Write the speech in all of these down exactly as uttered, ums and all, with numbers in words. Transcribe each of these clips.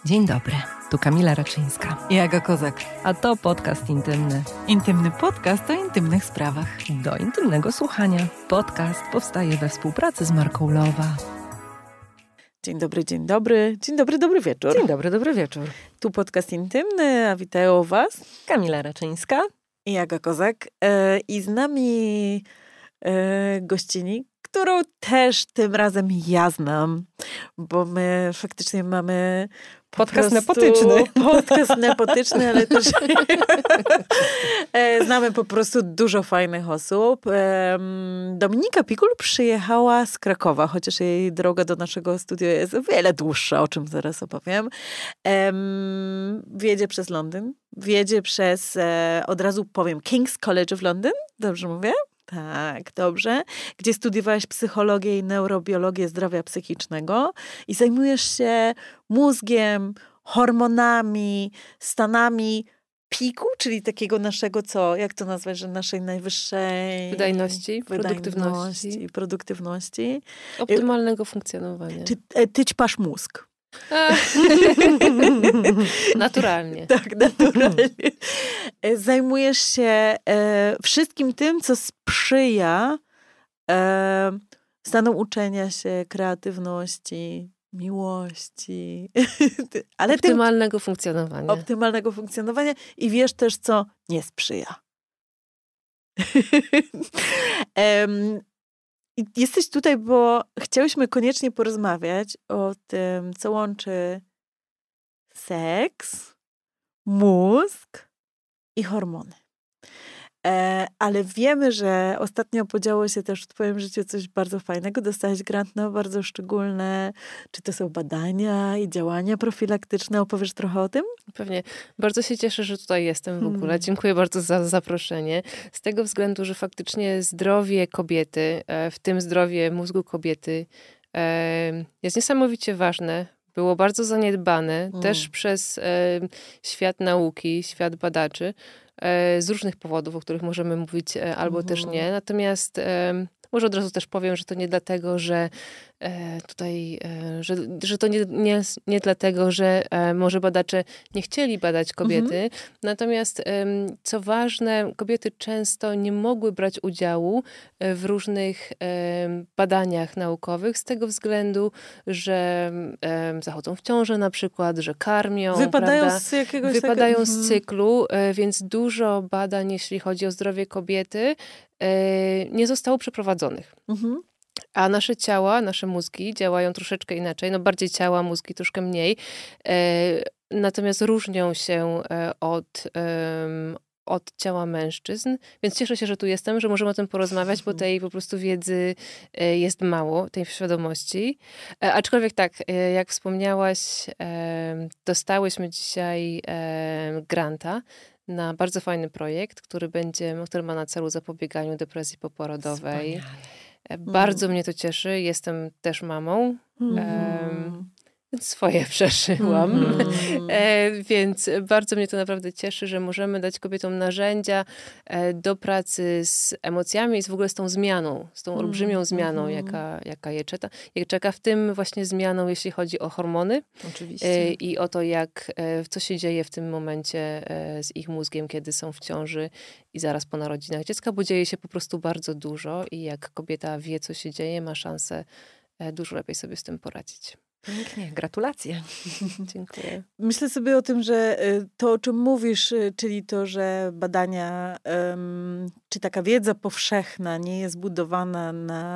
Dzień dobry, tu Kamila Raczyńska i Aga Kozak. A to podcast intymny. Intymny podcast o intymnych sprawach. Do intymnego słuchania. Podcast powstaje we współpracy z marką Lowa. Dzień dobry, dzień dobry. Dzień dobry, dobry wieczór. Dzień dobry, dobry wieczór. Tu podcast intymny, a witają was Kamila Raczyńska i Aga Kozak. E, I z nami e, gościni, którą też tym razem ja znam, bo my faktycznie mamy podcast nepotyczny. Podcast nepotyczny, ale też znamy po prostu dużo fajnych osób. Dominika Pikul przyjechała z Krakowa, chociaż jej droga do naszego studia jest o wiele dłuższa, o czym zaraz opowiem. Wiedzie przez Londyn, wiedzie przez, od razu powiem, King's College of London, dobrze mówię? Tak, dobrze. Gdzie studiowałaś psychologię i neurobiologię zdrowia psychicznego i zajmujesz się mózgiem, hormonami, stanami piku, czyli takiego naszego, co, jak to nazwać, że naszej najwyższej wydajności, produktywności. produktywności. Optymalnego funkcjonowania. Czy e, tyćpasz mózg? Naturalnie. Tak, naturalnie. Zajmujesz się e, wszystkim tym, co sprzyja e, stanom uczenia się, kreatywności, miłości. Ale optymalnego tym, funkcjonowania. Optymalnego funkcjonowania i wiesz też, co nie sprzyja. um, I jesteś tutaj, bo chciałyśmy koniecznie porozmawiać o tym, co łączy seks, mózg i hormony. E, ale wiemy, że ostatnio podziało się też w twoim życiu coś bardzo fajnego. Dostałaś grant na bardzo szczególne, czy to są badania i działania profilaktyczne. Opowiesz trochę o tym? Pewnie. Bardzo się cieszę, że tutaj jestem w ogóle. Hmm. Dziękuję bardzo za zaproszenie. Z tego względu, że faktycznie zdrowie kobiety, w tym zdrowie mózgu kobiety, jest niesamowicie ważne. Było bardzo zaniedbane hmm. też przez świat nauki, świat badaczy. Z różnych powodów, o których możemy mówić albo mhm. też nie. Natomiast e, może od razu też powiem, że to nie dlatego, że e, tutaj, e, że, że to nie, nie, nie dlatego, że e, może badacze nie chcieli badać kobiety. Mhm. Natomiast e, co ważne, kobiety często nie mogły brać udziału w różnych e, badaniach naukowych z tego względu, że e, zachodzą w ciążę na przykład, że karmią. Wypadają prawda? z jakiegoś Wypadają tego... z cyklu, e, więc dużo badań, jeśli chodzi o zdrowie kobiety, e, nie zostało przeprowadzonych. Mhm. A nasze ciała, nasze mózgi działają troszeczkę inaczej. No bardziej ciała, mózgi troszkę mniej. E, natomiast różnią się e, od, e, od ciała mężczyzn. Więc cieszę się, że tu jestem, że możemy o tym porozmawiać, bo tej po prostu wiedzy e, jest mało, tej świadomości. E, aczkolwiek tak, e, jak wspomniałaś, e, dostałyśmy dzisiaj e, granta na bardzo fajny projekt, który będzie, który ma na celu zapobieganiu depresji poporodowej. Wspaniale. Bardzo mm. mnie to cieszy. Jestem też mamą. Mm. Um, więc swoje przeżyłam. Mm. e, więc bardzo mnie to naprawdę cieszy, że możemy dać kobietom narzędzia e, do pracy z emocjami i w ogóle z tą zmianą, z tą olbrzymią mm. zmianą, mm. jaka, jaka je czeka, je czeka. W tym właśnie zmianą, jeśli chodzi o hormony. Oczywiście. E, I o to, jak, e, co się dzieje w tym momencie e, z ich mózgiem, kiedy są w ciąży i zaraz po narodzinach dziecka, bo dzieje się po prostu bardzo dużo i jak kobieta wie, co się dzieje, ma szansę e, dużo lepiej sobie z tym poradzić. Pięknie, gratulacje. Dziękuję. Myślę sobie o tym, że to, o czym mówisz, czyli to, że badania, czy taka wiedza powszechna nie jest budowana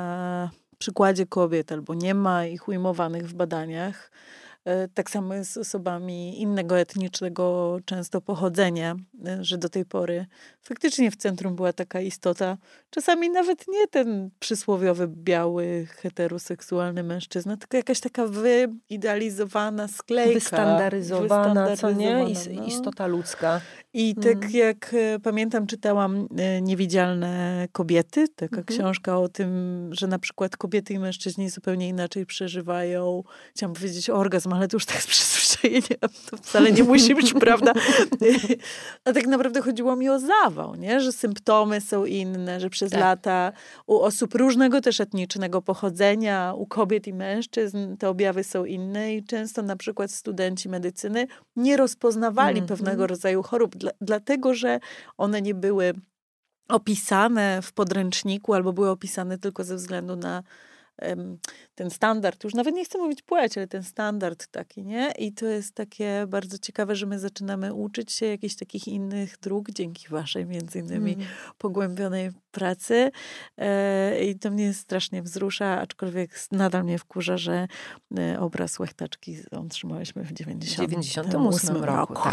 na przykładzie kobiet, albo nie ma ich ujmowanych w badaniach, tak samo jest z osobami innego etnicznego często pochodzenia, że do tej pory faktycznie w centrum była taka istota, czasami nawet nie ten przysłowiowy, biały, heteroseksualny mężczyzna, tylko jakaś taka wyidealizowana sklejka. Wystandaryzowana, co nie? No. Istota ludzka. I tak hmm. jak pamiętam, czytałam Niewidzialne kobiety, taka hmm. książka o tym, że na przykład kobiety i mężczyźni zupełnie inaczej przeżywają, chciałam powiedzieć orgazm, ale to już tak z przyzwyczajenia, to wcale nie musi być prawda. A tak naprawdę chodziło mi o zawał, nie? Że symptomy są inne, że przez tak. lata u osób różnego też etnicznego pochodzenia, u kobiet i mężczyzn te objawy są inne i często na przykład studenci medycyny nie rozpoznawali mm, pewnego mm. rodzaju chorób, dla, dlatego że one nie były opisane w podręczniku albo były opisane tylko ze względu na ten standard, już nawet nie chcę mówić płeć, ale ten standard taki, nie? I to jest takie bardzo ciekawe, że my zaczynamy uczyć się jakichś takich innych dróg, dzięki waszej między innymi mm. pogłębionej pracy. E, I to mnie strasznie wzrusza, aczkolwiek nadal mnie wkurza, że e, obraz Łechtaczki otrzymałyśmy w dziewięćdziesiątym ósmym roku. Tak.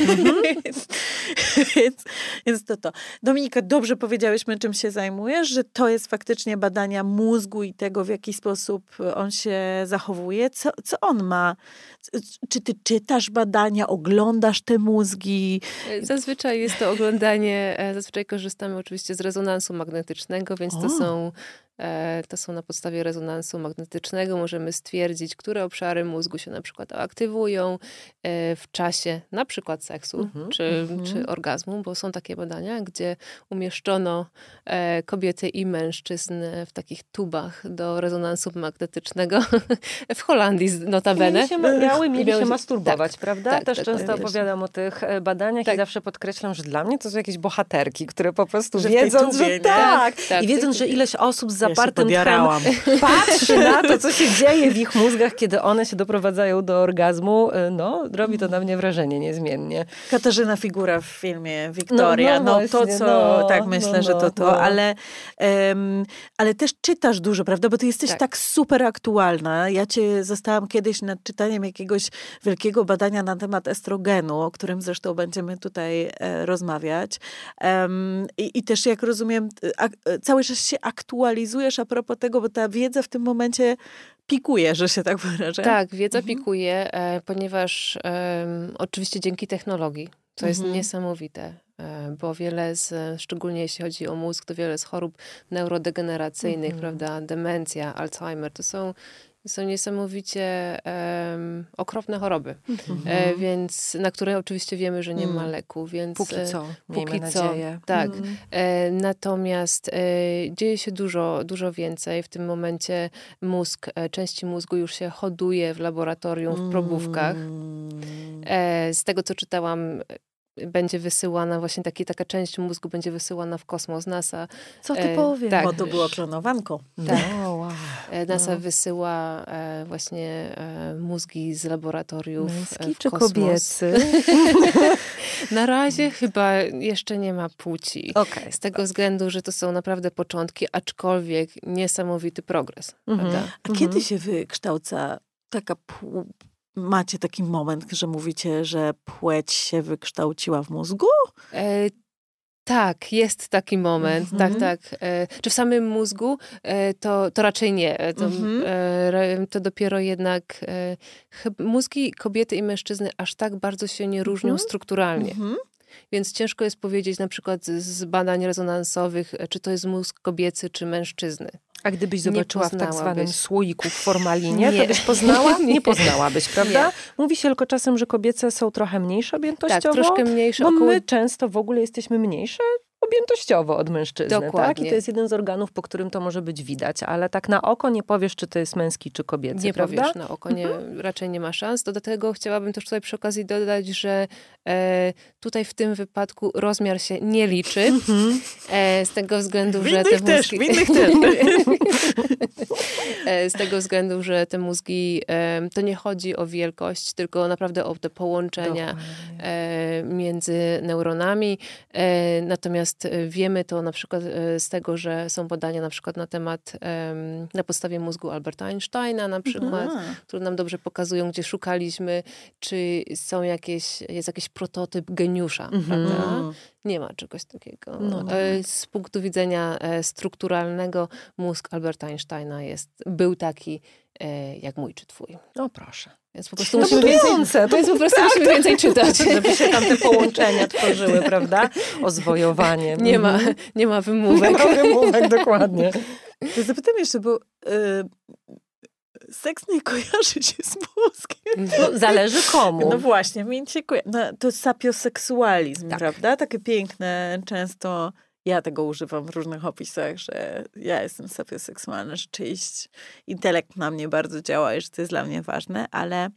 więc, więc to to. Dominika, dobrze powiedziałyśmy, czym się zajmujesz, że to jest faktycznie badania mózgu i tego, w jaki sposób on się zachowuje. Co, co on ma? Czy ty czytasz badania, oglądasz te mózgi? Zazwyczaj jest to oglądanie, zazwyczaj korzystamy oczywiście z rezonansu magnetycznego, więc o. to są To są na podstawie rezonansu magnetycznego. Możemy stwierdzić, które obszary mózgu się na przykład aktywują w czasie na przykład seksu mm-hmm, czy, mm-hmm. czy orgazmu, bo są takie badania, gdzie umieszczono kobiety i mężczyzn w takich tubach do rezonansu magnetycznego w Holandii notabene. Mieli się, miały, mieli się masturbować, tak, prawda? Tak, też tak, często tak, opowiadam o tych badaniach tak. i zawsze podkreślam, że dla mnie to są jakieś bohaterki, które po prostu że wiedzą, tubie, że tak, tak, i wiedząc, że ileś osób z zapartym ja tchem patrzy na to, co się dzieje w ich mózgach, kiedy one się doprowadzają do orgazmu, no, robi to na mnie wrażenie niezmiennie. Katarzyna Figura w filmie Wiktoria. No, no, no właśnie, to, co... no, tak, myślę, no, że to to. no. Ale, um, ale też czytasz dużo, prawda? Bo ty jesteś tak. tak super aktualna. Ja cię zostałam kiedyś nad czytaniem jakiegoś wielkiego badania na temat estrogenu, o którym zresztą będziemy tutaj e, rozmawiać. Um, i, I też, jak rozumiem, a, cały czas się aktualizujesz a propos tego, bo ta wiedza w tym momencie pikuje, że się tak wyrażę. Tak, wiedza mhm. pikuje, e, ponieważ e, oczywiście dzięki technologii, co jest mhm. niesamowite, e, bo wiele z, szczególnie jeśli chodzi o mózg, to wiele z chorób neurodegeneracyjnych, mhm. prawda, demencja, Alzheimer, to są są niesamowicie um, okropne choroby, mm-hmm. e, więc na które oczywiście wiemy, że nie mm. ma leku, więc póki co, póki miejmy co, nadzieję. tak. Mm. E, natomiast e, dzieje się dużo, dużo więcej. W tym momencie mózg, e, części mózgu już się hoduje w laboratorium, w probówkach. E, z tego, co czytałam, będzie wysyłana, właśnie taki, taka część mózgu będzie wysyłana w kosmos. NASA. Co ty e, powiesz? Tak. Bo to było klonowanko. Tak. No, wow. NASA no. wysyła e, właśnie e, mózgi z laboratoriów Męski w czy kosmos. kobiecy? Na razie chyba jeszcze nie ma płci. Okay. Z tego względu, że to są naprawdę początki, aczkolwiek niesamowity progres. Mhm. Prawda? A mhm. kiedy się wykształca taka pł- Macie taki moment, że mówicie, że płeć się wykształciła w mózgu? E, tak, jest taki moment. Mm-hmm. Tak, tak. E, czy w samym mózgu? E, to, to raczej nie. To, mm-hmm. e, to dopiero jednak e, chyb, mózgi kobiety i mężczyzny aż tak bardzo się nie różnią mm-hmm. strukturalnie. Mm-hmm. Więc ciężko jest powiedzieć na przykład z, z badań rezonansowych, czy to jest mózg kobiecy, czy mężczyzny. A gdybyś zobaczyła w tak zwanym słoiku w formalinie, nie. to byś poznała? Nie poznałabyś, prawda? Nie. Mówi się tylko czasem, że kobiece są trochę mniejsze objętościowo. Tak, troszkę mniejsze. Bo około... my często w ogóle jesteśmy mniejsze objętościowo od mężczyzny. Dokładnie. Tak? I to jest jeden z organów, po którym to może być widać. Ale tak na oko nie powiesz, czy to jest męski, czy kobiecy, nie prawda? Nie powiesz na oko, nie, mhm. raczej nie ma szans. Do tego chciałabym też tutaj przy okazji dodać, że e, tutaj w tym wypadku rozmiar się nie liczy. Mhm. E, z tego względu, w że te mózgi... też, w innych też. e, z tego względu, że te mózgi, e, to nie chodzi o wielkość, tylko naprawdę o te połączenia e, między neuronami. E, natomiast wiemy to na przykład z tego, że są badania na przykład na temat, na podstawie mózgu Alberta Einsteina na przykład, Aha. które nam dobrze pokazują, gdzie szukaliśmy, czy są jakieś, jest jakiś prototyp geniusza, mhm. prawda? Nie ma czegoś takiego. No. Z punktu widzenia strukturalnego mózg Alberta Einsteina jest, był taki jak mój czy twój. O proszę. Więc po prostu musimy więcej, to jest po prostu tak, musimy więcej czytać. Żeby się tam te połączenia tworzyły, prawda? Ozwojowanie. Nie ma, nie ma wymówek. Nie ma wymówek, dokładnie. To zapytam jeszcze, bo y, seks nie kojarzy się z mózgiem. No, zależy komu. No właśnie, mi się kojarzy. No, to jest sapioseksualizm, Tak. prawda? Takie piękne, często ja tego używam w różnych opisach, że ja jestem sapioseksualna, że czyjś intelekt na mnie bardzo działa i że to jest dla mnie ważne, ale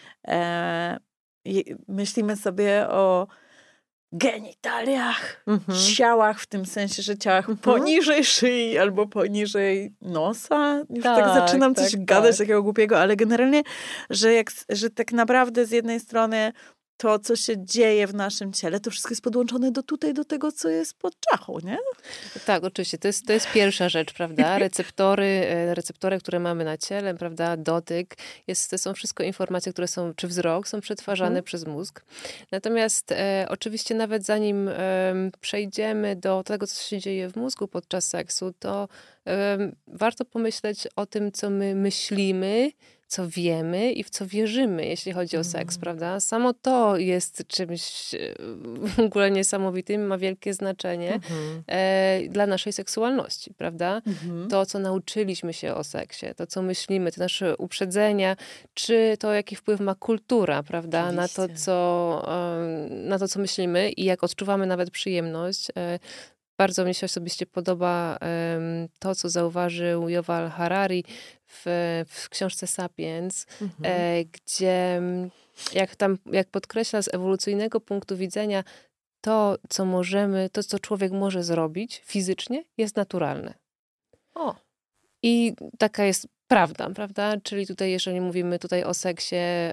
e, myślimy sobie o genitaliach, mhm. ciałach, w tym sensie, że ciałach mhm. poniżej szyi albo poniżej nosa. Już tak, tak zaczynam tak, coś tak. gadać takiego głupiego, ale generalnie, że, jak, że tak naprawdę z jednej strony to, co się dzieje w naszym ciele, to wszystko jest podłączone do tutaj, do tego, co jest pod czachą, nie? Tak, oczywiście. To jest, to jest pierwsza rzecz, prawda? Receptory, receptory, które mamy na ciele, prawda? Dotyk. Jest, to są wszystko informacje, które są, czy wzrok, są przetwarzane mhm. przez mózg. Natomiast e, oczywiście nawet zanim e, przejdziemy do tego, co się dzieje w mózgu podczas seksu, to e, warto pomyśleć o tym, co my myślimy, co wiemy i w co wierzymy, jeśli chodzi o seks, mm. prawda? Samo to jest czymś w ogóle niesamowitym, ma wielkie znaczenie mm-hmm. e, dla naszej seksualności, prawda? Mm-hmm. To, co nauczyliśmy się o seksie, to, co myślimy, te nasze uprzedzenia, czy to, jaki wpływ ma kultura, prawda? Na to, co, e, na to, co myślimy i jak odczuwamy nawet przyjemność. E, Bardzo mi się osobiście podoba um, to, co zauważył Yuval Harari w, w książce Sapiens, mhm. e, gdzie jak tam, jak podkreśla z ewolucyjnego punktu widzenia, to, co możemy, to, co człowiek może zrobić fizycznie, jest naturalne. O. I taka jest prawda, prawda? Czyli tutaj, jeżeli mówimy tutaj o seksie,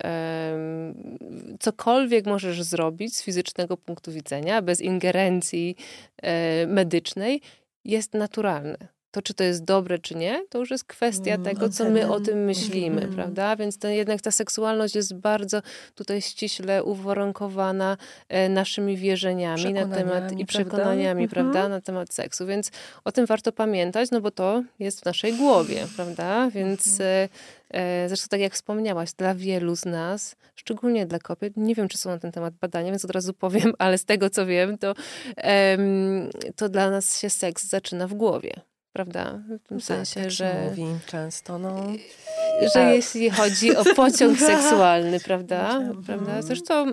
um, cokolwiek możesz zrobić z fizycznego punktu widzenia, bez ingerencji e, medycznej, jest naturalne. To, czy to jest dobre, czy nie, to już jest kwestia mm, tego, co my o tym myślimy, mm. prawda? Więc to, jednak ta seksualność jest bardzo tutaj ściśle uwarunkowana e, naszymi wierzeniami na temat i przekonaniami, prawda? prawda? Na temat seksu. Więc o tym warto pamiętać, no bo to jest w naszej głowie, prawda? Więc e, e, zresztą tak jak wspomniałaś, dla wielu z nas, szczególnie dla kobiet, nie wiem, czy są na ten temat badania, więc od razu powiem, ale z tego, co wiem, to, e, to dla nas się seks zaczyna w głowie. Prawda? W tym tak, sensie, tak że... mówi często, no. Że A... jeśli chodzi o pociąg seksualny, prawda? prawda? Zresztą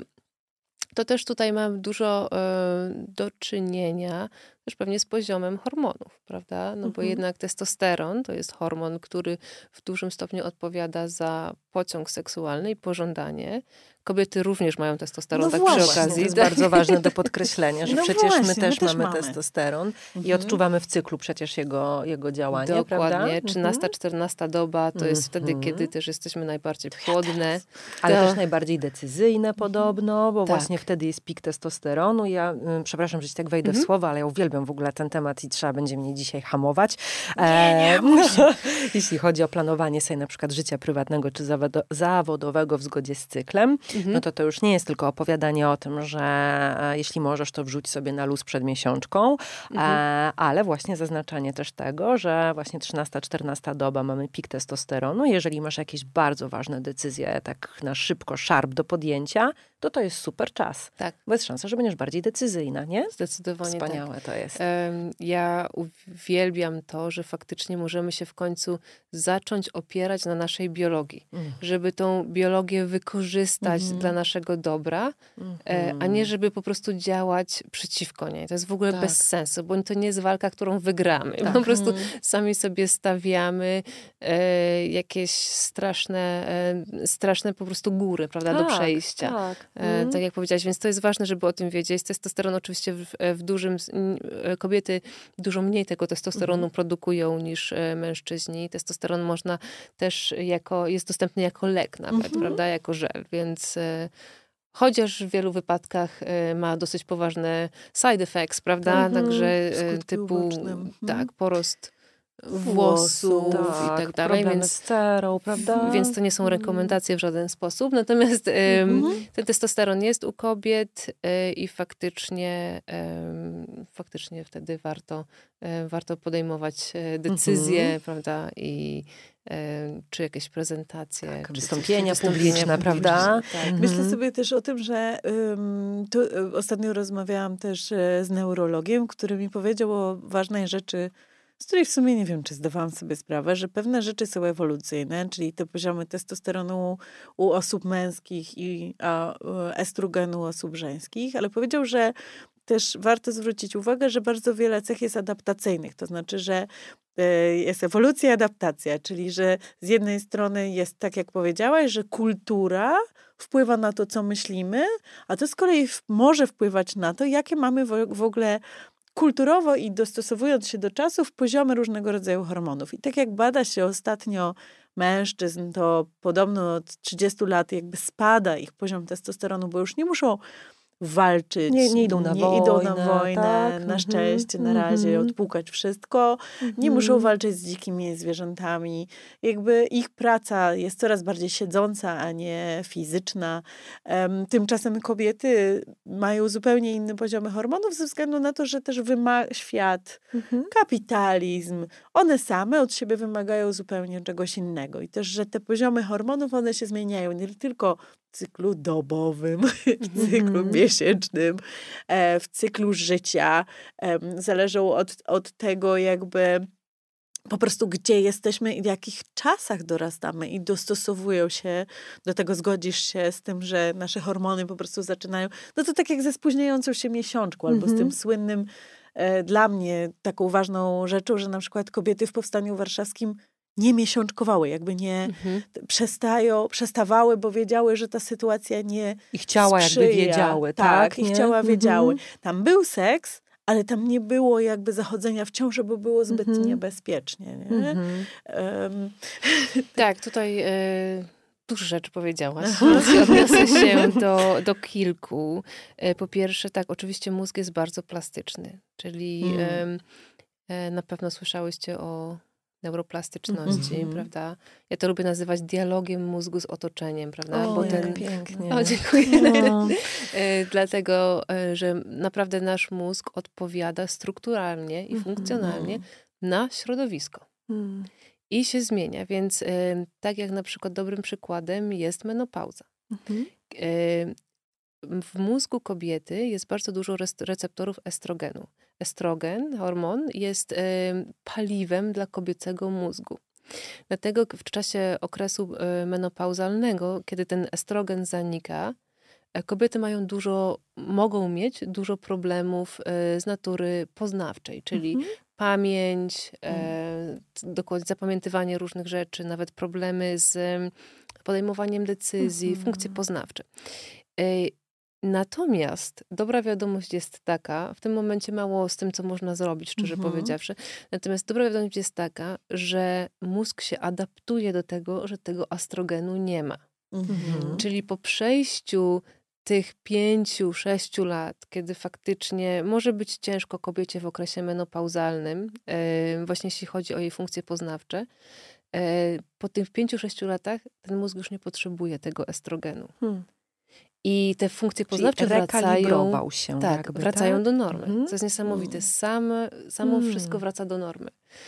to też tutaj mam dużo y, do czynienia też pewnie z poziomem hormonów, prawda? No bo mhm. jednak testosteron to jest hormon, który w dużym stopniu odpowiada za pociąg seksualny i pożądanie. Kobiety również mają testosteron, no tak właśnie, przy okazji. To jest bardzo ważne do podkreślenia, że no przecież właśnie, my, też my też mamy, mamy testosteron mhm. i odczuwamy w cyklu przecież jego, jego działanie, Dokładnie. prawda? trzynasta, czternasta doba to mhm. jest wtedy, kiedy też jesteśmy najbardziej płodne. Ale to... też najbardziej decyzyjne podobno, bo tak. właśnie wtedy jest pik testosteronu. Ja, y, przepraszam, że ci tak wejdę mhm. w słowo, ale ja uwielbiam w ogóle ten temat i trzeba będzie mnie dzisiaj hamować. Nie, nie, e, jeśli chodzi o planowanie sobie na przykład życia prywatnego czy zawodo- zawodowego w zgodzie z cyklem, mhm. no to to już nie jest tylko opowiadanie o tym, że e, jeśli możesz, to wrzuć sobie na luz przed miesiączką, mhm. e, ale właśnie zaznaczanie też tego, że właśnie trzynasta, czternasta doba mamy pik testosteronu. Jeżeli masz jakieś bardzo ważne decyzje tak na szybko, szarp do podjęcia, to to jest super czas. Tak. Bo jest szansa, że będziesz bardziej decyzyjna, nie? Zdecydowanie Wspaniałe tak. to jest. Um, ja uwielbiam to, że faktycznie możemy się w końcu zacząć opierać na naszej biologii. Mm. Żeby tą biologię wykorzystać mm. dla naszego dobra, mm. e, a nie żeby po prostu działać przeciwko niej. To jest w ogóle tak. bez sensu, bo to nie jest walka, którą wygramy. Tak. Po prostu mm. sami sobie stawiamy e, jakieś straszne, e, straszne po prostu góry, prawda, tak, do przejścia. Tak. E, tak jak powiedziałaś, więc to jest ważne, żeby o tym wiedzieć. Testosteron oczywiście w, w dużym, kobiety dużo mniej tego testosteronu mm. produkują niż mężczyźni. Testosteron można też jako, jest dostępny jako lek nawet, mm-hmm. prawda, jako żel, więc e, chociaż w wielu wypadkach e, ma dosyć poważne side effects, prawda, mm-hmm. także e, typu tak, porost włosów tak, i tak dalej. Więc, z cerą, prawda? Więc to nie są rekomendacje w żaden sposób. Natomiast mm-hmm. um, ten testosteron jest u kobiet y, i faktycznie um, faktycznie wtedy warto, y, warto podejmować y, decyzje, mm-hmm. prawda? I y, czy jakieś prezentacje. Tak, czy wystąpienia wystąpienia publiczne, prawda? Tak. Mm-hmm. Myślę sobie też o tym, że um, to, ostatnio rozmawiałam też z neurologiem, który mi powiedział o ważnej rzeczy z której w sumie nie wiem, czy zdawałam sobie sprawę, że pewne rzeczy są ewolucyjne, czyli te poziomy testosteronu u osób męskich i a, estrogenu u osób żeńskich, ale powiedział, że też warto zwrócić uwagę, że bardzo wiele cech jest adaptacyjnych, to znaczy, że jest ewolucja i adaptacja, czyli że z jednej strony jest, tak jak powiedziałaś, że kultura wpływa na to, co myślimy, a to z kolei może wpływać na to, jakie mamy w ogóle kulturowo i dostosowując się do czasów poziomy różnego rodzaju hormonów. I tak jak bada się ostatnio mężczyzn, to podobno od trzydziestu lat jakby spada ich poziom testosteronu, bo już nie muszą walczyć. Nie, nie idą na nie wojnę. idą na wojnę, tak? na szczęście, mm-hmm. na razie, odpłukać wszystko. Mm-hmm. Nie muszą walczyć z dzikimi zwierzętami. Jakby ich praca jest coraz bardziej siedząca, a nie fizyczna. Um, tymczasem kobiety mają zupełnie inne poziomy hormonów ze względu na to, że też wymaga świat, mm-hmm. kapitalizm. One same od siebie wymagają zupełnie czegoś innego. I też, że te poziomy hormonów, one się zmieniają nie tylko w cyklu dobowym, w cyklu mm. miesięcznym, w cyklu życia. Zależą od, od tego jakby po prostu gdzie jesteśmy i w jakich czasach dorastamy i dostosowują się do tego, zgodzisz się z tym, że nasze hormony po prostu zaczynają, no to tak jak ze spóźniającą się miesiączką, albo mm-hmm. z tym słynnym e, dla mnie taką ważną rzeczą, że na przykład kobiety w Powstaniu Warszawskim nie miesiączkowały, jakby nie mhm. przestają, przestawały, bo wiedziały, że ta sytuacja nie ich ciała sprzyja. jakby wiedziały, tak? Tak, ich nie? ciała mhm. wiedziały. Tam był seks, ale tam nie było jakby zachodzenia w ciąży, bo było zbyt mhm. niebezpiecznie. Nie? Mhm. Um. Tak, tutaj y, dużo rzeczy powiedziałaś. Odniosę się do, do kilku. Po pierwsze, tak, oczywiście mózg jest bardzo plastyczny, czyli mm. y, y, na pewno słyszałyście o neuroplastyczności, mm-hmm. prawda? Ja to lubię nazywać dialogiem mózgu z otoczeniem, prawda? O, Bo jak ten... pięknie. O, dziękuję. No. Dlatego, że naprawdę nasz mózg odpowiada strukturalnie i mm-hmm. funkcjonalnie na środowisko. Mm. I się zmienia, więc tak jak na przykład dobrym przykładem jest menopauza. Mm-hmm. W mózgu kobiety jest bardzo dużo receptorów estrogenu. Estrogen, hormon, jest y, paliwem dla kobiecego mózgu. Dlatego w czasie okresu y, menopauzalnego, kiedy ten estrogen zanika, y, kobiety mają dużo, mogą mieć dużo problemów y, z natury poznawczej, czyli mhm. pamięć, y, dokładnie zapamiętywanie różnych rzeczy, nawet problemy z y, podejmowaniem decyzji, mhm. funkcje poznawcze. Y, Natomiast dobra wiadomość jest taka, w tym momencie mało z tym, co można zrobić, szczerze mhm. powiedziawszy, natomiast dobra wiadomość jest taka, że mózg się adaptuje do tego, że tego estrogenu nie ma. Mhm. Czyli po przejściu tych pięciu, sześciu lat, kiedy faktycznie może być ciężko kobiecie w okresie menopauzalnym, yy, właśnie jeśli chodzi o jej funkcje poznawcze, yy, po tych pięciu, sześciu latach ten mózg już nie potrzebuje tego estrogenu. Hmm. I te funkcje poznawcze wracają, się tak, jakby, wracają tak? do normy. Mm. Co jest niesamowite. Mm. Sam, samo mm. wszystko wraca do normy.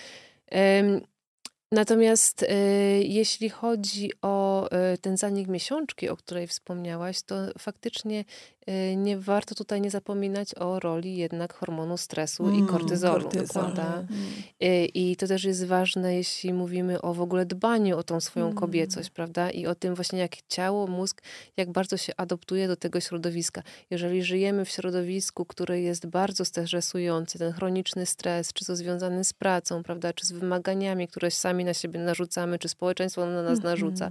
Um, natomiast y, jeśli chodzi o y, ten zanik miesiączki, o której wspomniałaś, to faktycznie y, nie warto tutaj nie zapominać o roli jednak hormonu stresu mm, i kortyzolu. kortyzol. Prawda? Mm. Y, I to też jest ważne, jeśli mówimy o w ogóle dbaniu o tą swoją mm. kobiecość, prawda? I o tym właśnie, jak ciało, mózg, jak bardzo się adoptuje do tego środowiska. Jeżeli żyjemy w środowisku, które jest bardzo stresujące, ten chroniczny stres, czy to związany z pracą, prawda? Czy z wymaganiami, które sami na siebie narzucamy, czy społeczeństwo na nas mm-hmm. narzuca,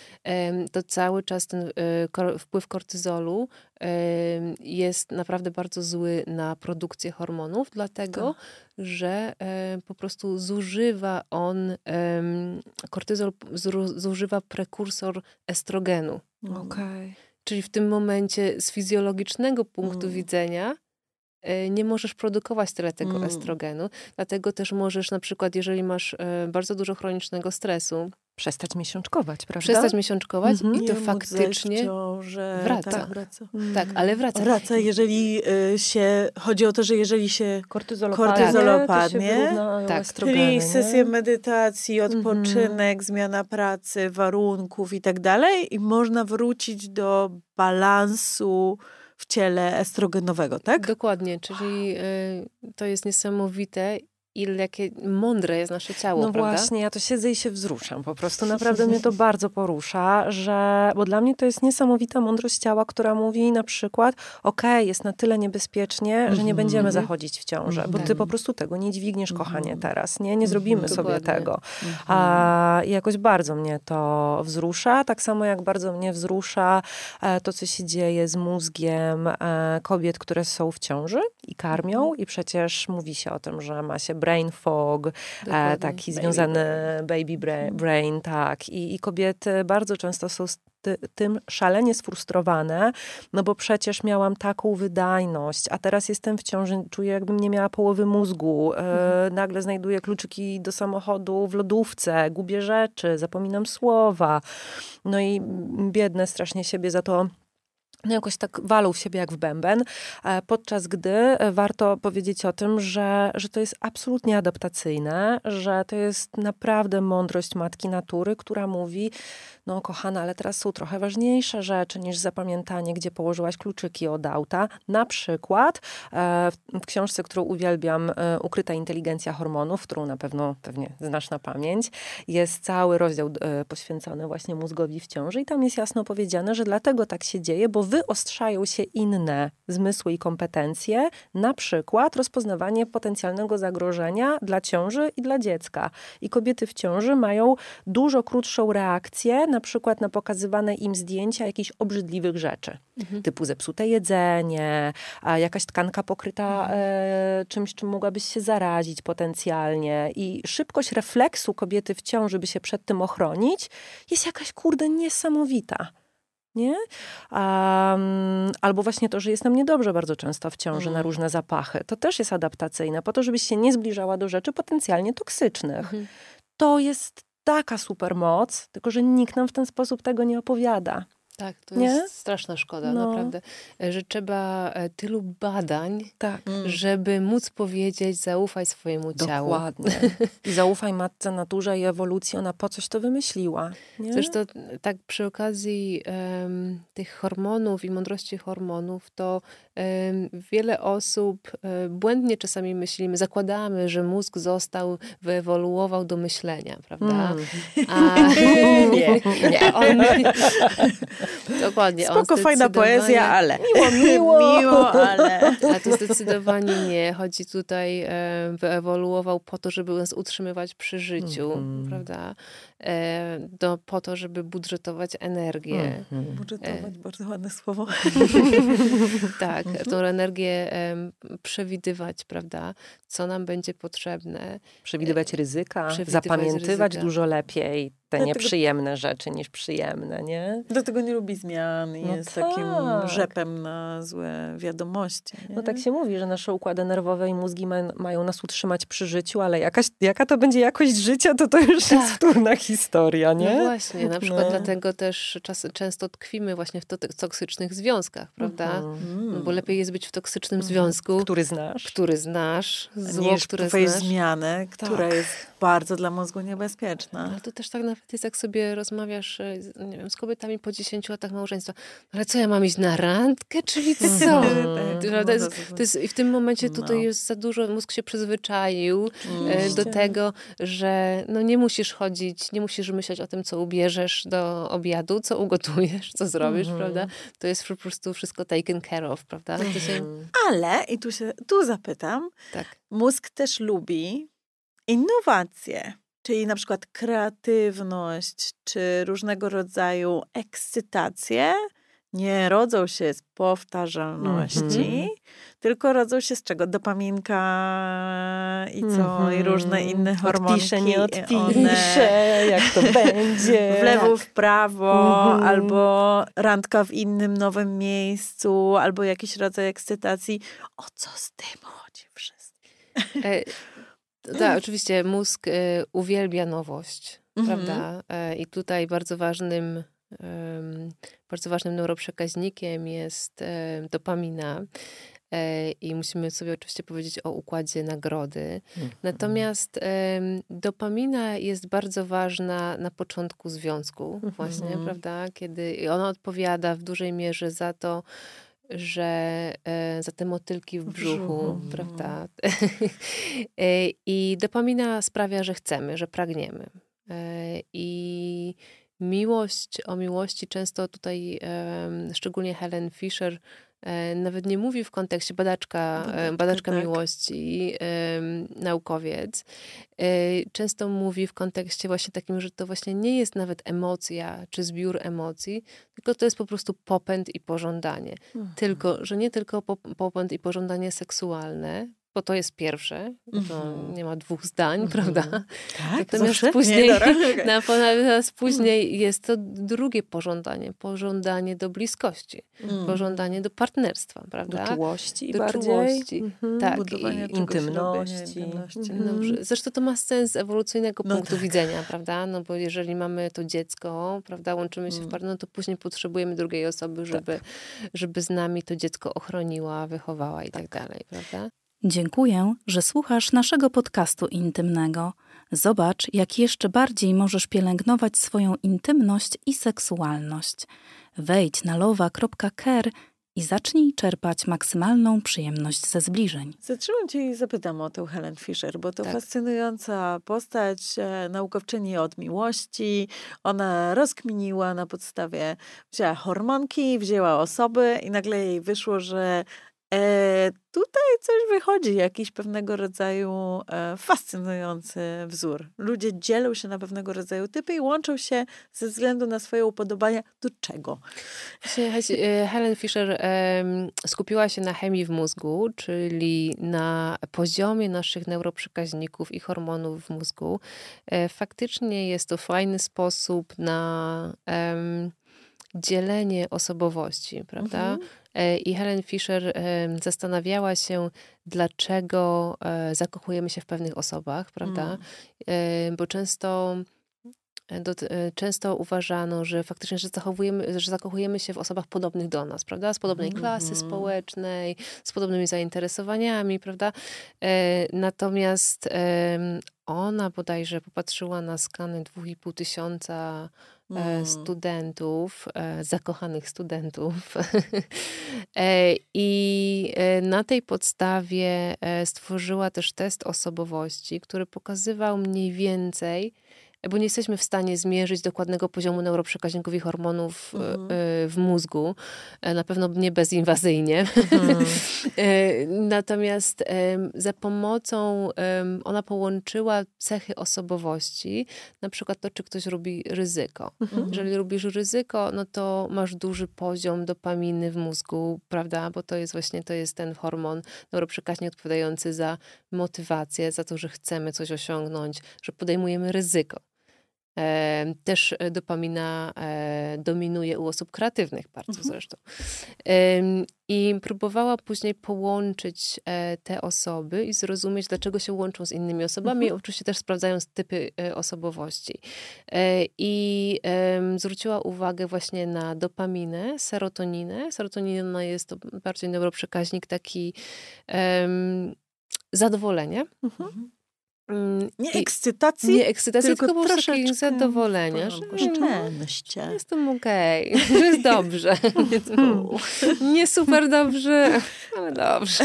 to cały czas ten wpływ kortyzolu jest naprawdę bardzo zły na produkcję hormonów, dlatego, tak. że po prostu zużywa on, kortyzol zużywa prekursor estrogenu. Okay. Czyli w tym momencie z fizjologicznego punktu mm. widzenia nie możesz produkować tyle tego mm. estrogenu, dlatego też możesz na przykład, jeżeli masz bardzo dużo chronicznego stresu, przestać miesiączkować, prawda? Przestać miesiączkować mm-hmm. i to nie faktycznie ciążę, wraca. Tak, wraca. Mm. tak, ale wraca. Wraca, jeżeli y, się, chodzi o to, że jeżeli się kortyzol, kortyzol opadnie, opadnie, tak. czyli sesje medytacji, odpoczynek, mm-hmm. zmiana pracy, warunków i tak dalej i można wrócić do balansu w ciele estrogenowego, tak? Dokładnie, czyli y, to jest niesamowite, ile jakie mądre jest nasze ciało, no prawda? właśnie, ja to siedzę i się wzruszam. Po prostu naprawdę mnie to bardzo porusza, że, bo dla mnie to jest niesamowita mądrość ciała, która mówi na przykład, okej, okay, jest na tyle niebezpiecznie, mm-hmm. że nie będziemy mm-hmm. zachodzić w ciążę, mm-hmm. bo ty po prostu tego nie dźwigniesz, mm-hmm. kochanie, teraz, nie? Nie zrobimy mm-hmm. sobie Dokładnie. tego. Mm-hmm. A, I jakoś bardzo mnie to wzrusza, tak samo jak bardzo mnie wzrusza e, to, co się dzieje z mózgiem e, kobiet, które są w ciąży i karmią mm-hmm. i przecież mówi się o tym, że ma się brain fog, e, taki baby związany brain. baby brain, brain tak. I, I kobiety bardzo często są z ty, tym szalenie sfrustrowane, no bo przecież miałam taką wydajność, a teraz jestem w ciąży, czuję jakbym nie miała połowy mózgu, e, nagle znajduję kluczyki do samochodu w lodówce, gubię rzeczy, zapominam słowa. No i biedne strasznie siebie za to no jakoś tak walą w siebie jak w bęben, podczas gdy warto powiedzieć o tym, że, że to jest absolutnie adaptacyjne, że to jest naprawdę mądrość matki natury, która mówi, no kochana, ale teraz są trochę ważniejsze rzeczy niż zapamiętanie, gdzie położyłaś kluczyki od auta. Na przykład w książce, którą uwielbiam, Ukryta inteligencja hormonów, którą na pewno pewnie znasz na pamięć, jest cały rozdział poświęcony właśnie mózgowi w ciąży i tam jest jasno powiedziane, że dlatego tak się dzieje, bo wyostrzają się inne zmysły i kompetencje, na przykład rozpoznawanie potencjalnego zagrożenia dla ciąży i dla dziecka. I kobiety w ciąży mają dużo krótszą reakcję, na przykład na pokazywane im zdjęcia jakichś obrzydliwych rzeczy. Mhm. Typu zepsute jedzenie, a jakaś tkanka pokryta mhm. e, czymś, czym mogłabyś się zarazić potencjalnie. I szybkość refleksu kobiety w ciąży, by się przed tym ochronić, jest jakaś, kurde, niesamowita. Nie? Um, albo właśnie to, że jest nam niedobrze bardzo często w ciąży mm. na różne zapachy. To też jest adaptacyjne, po to, żebyś się nie zbliżała do rzeczy potencjalnie toksycznych. Mm. To jest taka super moc, tylko że nikt nam w ten sposób tego nie opowiada. Tak, to nie? jest straszna szkoda, no. naprawdę. Że trzeba tylu badań, tak. żeby móc powiedzieć, zaufaj swojemu ciału. Dokładnie. I zaufaj matce naturze i ewolucji, ona po coś to wymyśliła. Nie? Zresztą tak przy okazji um, tych hormonów i mądrości hormonów, to um, wiele osób um, błędnie czasami myślimy, zakładamy, że mózg został, wyewoluował do myślenia, prawda? Mm. A nie, nie, on... Dokładnie. Spoko, fajna poezja, ale... Miło, miło. miło, ale... A to zdecydowanie nie. Chodzi tutaj, e, wyewoluował po to, żeby nas utrzymywać przy życiu, mm. prawda? E, do, po to, żeby budżetować energię. Mm. Budżetować, e, bardzo ładne słowo. tak, tą energię e, przewidywać, prawda? Co nam będzie potrzebne. Przewidywać ryzyka, przewidywać zapamiętywać ryzyka. Dużo lepiej te Dlatego... nieprzyjemne rzeczy niż przyjemne, nie? Dlatego nie lubi zmian i no jest tak. takim rzepem na złe wiadomości. Nie? No tak się mówi, że nasze układy nerwowe i mózgi ma, mają nas utrzymać przy życiu, ale jakaś, jaka to będzie jakość życia, to to już tak. jest wtórna historia, nie? No właśnie, na przykład no. dlatego też czas, często tkwimy właśnie w to, toksycznych związkach, prawda? Mm. No bo lepiej jest być w toksycznym mm. związku. Który znasz. Który znasz. Zło, niż które twoje znasz. zmianę, tak. która jest bardzo dla mózgu niebezpieczna. Ale to też tak nawet jest, jak sobie rozmawiasz nie wiem, z kobietami po dziesięciu latach małżeństwa. Ale co, ja mam iść na randkę? Czyli co? tak, to jest, to jest, I w tym momencie tutaj no. jest za dużo, mózg się przyzwyczaił mm. do tego, że no nie musisz chodzić, nie musisz myśleć o tym, co ubierzesz do obiadu, co ugotujesz, co zrobisz, mm. prawda? To jest po prostu wszystko taken care of, prawda? To się... Ale, i tu się, tu zapytam, tak. mózg też lubi innowacje. Czyli na przykład kreatywność, czy różnego rodzaju ekscytacje nie rodzą się z powtarzalności, mm-hmm. tylko rodzą się z czego? Dopaminka i co? Mm-hmm. I różne inne hormonki. Odpiszę, nie odpiszę, one... jak to będzie. W lewo, w prawo, mm-hmm. albo randka w innym, nowym miejscu, albo jakiś rodzaj ekscytacji. O co z tym chodzi wszystkim? E- Tak, oczywiście mózg y, uwielbia nowość, mm-hmm. prawda? E, I tutaj bardzo ważnym, y, bardzo ważnym neuroprzekaźnikiem jest y, dopamina. E, I musimy sobie oczywiście powiedzieć o układzie nagrody. Mm-hmm. Natomiast y, dopamina jest bardzo ważna na początku związku, mm-hmm. właśnie, prawda? Kiedy ona odpowiada w dużej mierze za to, że e, za te motylki w brzuchu, brzuchu. prawda? e, I dopamina sprawia, że chcemy, że pragniemy. E, I miłość, o miłości często tutaj, e, szczególnie Helen Fisher, e, nawet nie mówi w kontekście badaczka, badaczka, badaczka tak. miłości, e, naukowiec. E, często mówi w kontekście właśnie takim, że to właśnie nie jest nawet emocja, czy zbiór emocji, tylko to jest po prostu popęd i pożądanie. Mhm. Tylko, że nie tylko popęd i pożądanie seksualne, bo to jest pierwsze, mm-hmm. to nie ma dwóch zdań, mm-hmm. prawda? Tak, natomiast później, natomiast później jest to drugie pożądanie, pożądanie do bliskości, mm. pożądanie do partnerstwa, prawda? Do czułości do bardziej. Czułości. Mm-hmm. Tak. Budowania I intymności. intymności. Mm-hmm. Dobrze. Zresztą to ma sens z ewolucyjnego no punktu tak. widzenia, prawda? No bo jeżeli mamy to dziecko, prawda, łączymy się mm. w parę, no to później potrzebujemy drugiej osoby, żeby, tak. żeby z nami to dziecko ochroniła, wychowała i tak, tak dalej, prawda? Dziękuję, że słuchasz naszego podcastu intymnego. Zobacz, jak jeszcze bardziej możesz pielęgnować swoją intymność i seksualność. Wejdź na lowa kropka care i zacznij czerpać maksymalną przyjemność ze zbliżeń. Zatrzymam cię i zapytam o tę Helen Fisher, bo to tak. fascynująca postać, e, naukowczyni od miłości. Ona rozkminiła na podstawie, wzięła hormonki, wzięła osoby i nagle jej wyszło, że E, tutaj coś wychodzi, jakiś pewnego rodzaju e, fascynujący wzór. Ludzie dzielą się na pewnego rodzaju typy i łączą się ze względu na swoje upodobania. Do czego? Helen Fisher e, skupiła się na chemii w mózgu, czyli na poziomie naszych neuroprzekaźników i hormonów w mózgu. E, faktycznie jest to fajny sposób na e, dzielenie osobowości, prawda? Mhm. I Helen Fisher zastanawiała się, dlaczego zakochujemy się w pewnych osobach, prawda? Mm. Bo często, do, często uważano, że faktycznie, że, zachowujemy, że zakochujemy się w osobach podobnych do nas, prawda? Z podobnej mm. klasy społecznej, z podobnymi zainteresowaniami, prawda? Natomiast ona bodajże popatrzyła na skany dwóch i pół tysiąca Mm. studentów, zakochanych studentów i na tej podstawie stworzyła też test osobowości, który pokazywał mniej więcej, bo nie jesteśmy w stanie zmierzyć dokładnego poziomu neuroprzekaźników i hormonów mm. w mózgu, na pewno nie bezinwazyjnie. Mm. Natomiast za pomocą, ona połączyła cechy osobowości, na przykład to, czy ktoś lubi ryzyko. Mm. Jeżeli lubisz ryzyko, no to masz duży poziom dopaminy w mózgu, prawda? Bo to jest właśnie, to jest ten hormon neuroprzekaźnik odpowiadający za motywację, za to, że chcemy coś osiągnąć, że podejmujemy ryzyko. E, też dopamina e, dominuje u osób kreatywnych bardzo mhm. zresztą. E, I próbowała później połączyć e, te osoby i zrozumieć, dlaczego się łączą z innymi osobami, mhm. oczywiście też sprawdzając typy e, osobowości. E, I e, zwróciła uwagę właśnie na dopaminę, serotoninę. Serotonina jest to bardziej neuroprzekaźnik taki e, zadowolenia. Mhm. Nie ekscytacji, nie ekscytacji, tylko, tylko po prostu takiego zadowolenia, że szczęścia. Jestem okej, okay, że jest dobrze. Nie super dobrze, ale dobrze.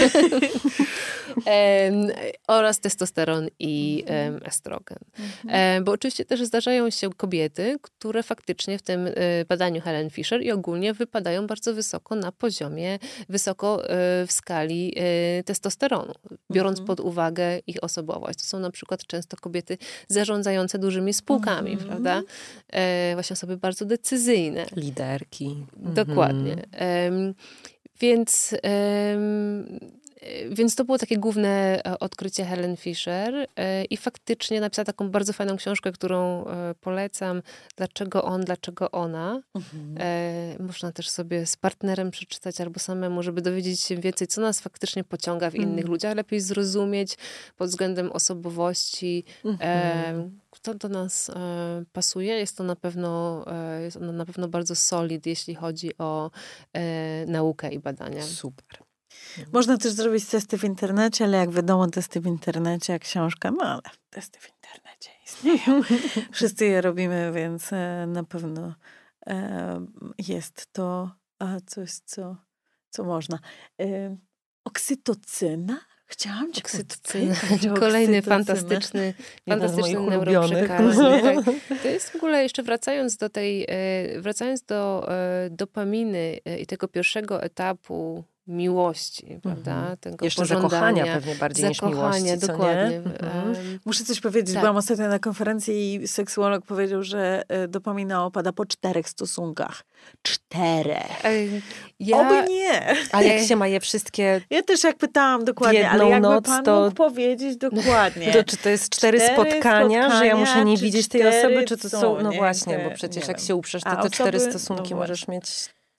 um, oraz testosteron i um, estrogen. Um, bo oczywiście też zdarzają się kobiety, które faktycznie w tym y, badaniu Helen Fisher i ogólnie wypadają bardzo wysoko na poziomie, wysoko y, w skali y, testosteronu, biorąc pod uwagę ich osobowość. To są na przykład często kobiety zarządzające dużymi spółkami, mm-hmm. prawda? E, właśnie osoby bardzo decyzyjne. Liderki. Dokładnie. Mm-hmm. E, więc, e, więc to było takie główne odkrycie Helen Fisher e, i faktycznie napisała taką bardzo fajną książkę, którą e, polecam. Dlaczego on, dlaczego ona. Mm-hmm. E, można też sobie z partnerem przeczytać albo samemu, żeby dowiedzieć się więcej, co nas faktycznie pociąga w mm. innych ludziach, lepiej zrozumieć pod względem osobowości, mm-hmm. e, kto do nas e, pasuje. Jest to na pewno, e, jest ona na pewno bardzo solid, jeśli chodzi o e, naukę i badania. Super. Można też zrobić testy w internecie, ale jak wiadomo, testy w internecie, jak książka, no ale testy w internecie istnieją. Wszyscy je robimy, więc na pewno jest to coś, co co można. Y, oksytocyna? Chciałam cię Oksytocyna. Kolejny fantastyczny, fantastyczny neuroprzekaz. Tak. To jest w ogóle, jeszcze wracając do tej, wracając do dopaminy i tego pierwszego etapu miłości, prawda? Mhm. Tego jeszcze pożądania, zakochania pewnie bardziej zakochania, niż miłości, dokładnie. Mhm. Muszę coś powiedzieć. Tak. Byłam ostatnio na konferencji i seksuolog powiedział, że dopamina opada po czterech stosunkach. Czterech. Ja... Oby nie. Ale jak się ma je wszystkie Ja też jak pytałam dokładnie, ale jakby noc, pan to... mógł powiedzieć dokładnie. To czy to jest cztery, cztery spotkania, spotkania, że ja muszę nie widzieć tej osoby, czy to są... No nie, właśnie, nie, bo przecież jak wiem. się uprzesz, to A te osoby, cztery stosunki no możesz mieć